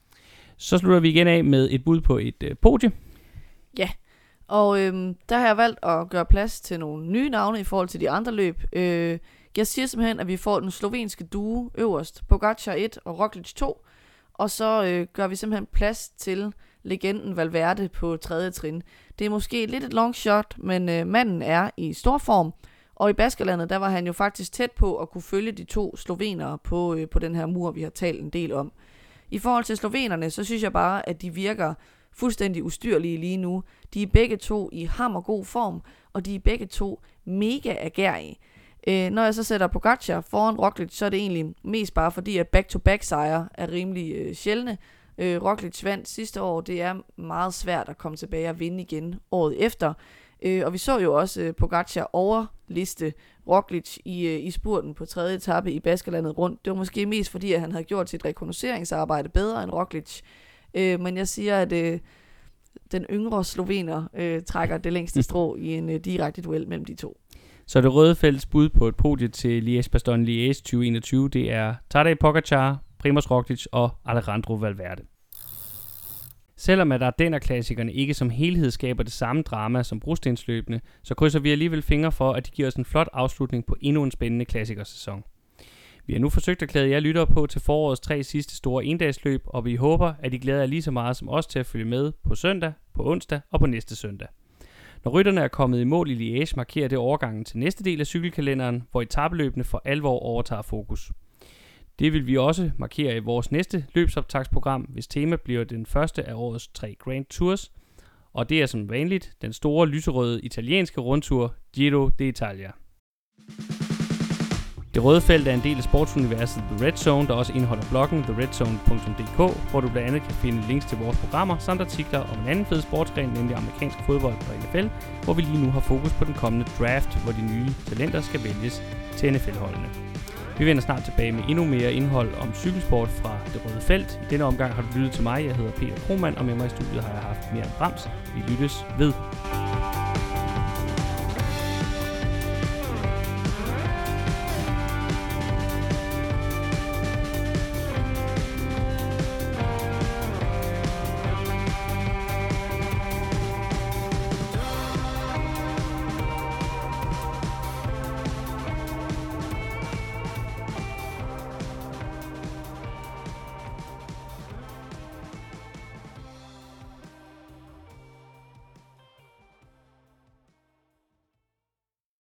Så slutter vi igen af med et bud på et øh, podie. Ja, og øhm, der har jeg valgt at gøre plads til nogle nye navne i forhold til de andre løb. Øh, jeg siger simpelthen, at vi får den slovenske duo øverst, Pogačar et og Roglič to, og så øh, gør vi simpelthen plads til legenden Valverde på tredje trin. Det er måske lidt et long shot, men øh, manden er i stor form, og i Baskerlandet, der var han jo faktisk tæt på at kunne følge de to slovenere på, øh, på den her mur, vi har talt en del om. I forhold til slovenerne, så synes jeg bare, at de virker fuldstændig ustyrlige lige nu. De er begge to i hammergod form, og de er begge to mega agerige. Øh, når jeg så sætter Pogačar foran Roglič, så er det egentlig mest bare fordi, at back-to-back sejre er rimelig øh, sjældne. Øh, Roglič vandt sidste år, det er meget svært at komme tilbage og vinde igen året efter. Øh, og vi så jo også øh, Pogačar overliste Roglič i, øh, i spurten på tredje etape i Baskerlandet rundt. Det var måske mest fordi, at han havde gjort sit rekognosceringsarbejde bedre end Roglič. Øh, men jeg siger, at øh, den yngre slovener øh, trækker det længste strå i en øh, direkte duel mellem de to. Så det røde felts bud på et podie til Liège-Bastogne-Liège tyve enogtyve, det er Tadej Pogačar, Primož Roglič og Alejandro Valverde. Selvom at Ardenner-klassikerne ikke som helhed skaber det samme drama som brostensløbene, så krydser vi alligevel fingre for, at de giver os en flot afslutning på endnu en spændende klassikersæson. Vi har nu forsøgt at klæde jer lyttere på til forårets tre sidste store endagsløb, og vi håber, at I glæder jer lige så meget som os til at følge med på søndag, på onsdag og på næste søndag. Når rytterne er kommet i mål i Liège, markerer det overgangen til næste del af cykelkalenderen, hvor etapeløbene for alvor overtager fokus. Det vil vi også markere i vores næste løbsoptagsprogram, hvis tema bliver den første af årets tre Grand Tours, og det er som vanligt den store lyserøde italienske rundtur Giro d'Italia. Det røde felt er en del af sportsuniverset The Red Zone, der også indeholder bloggen the red zone punktum d k, hvor du blandt andet kan finde links til vores programmer, samt artikler om en anden fed sportsgren, nemlig amerikansk fodbold og N F L, hvor vi lige nu har fokus på den kommende draft, hvor de nye talenter skal vælges til N F L-holdene. Vi vender snart tilbage med endnu mere indhold om cykelsport fra det røde felt. I denne omgang har du lyttet til mig, jeg hedder Peter Krohmann, og med mig i studiet har jeg haft Miriam Brams. Vi lyttes ved.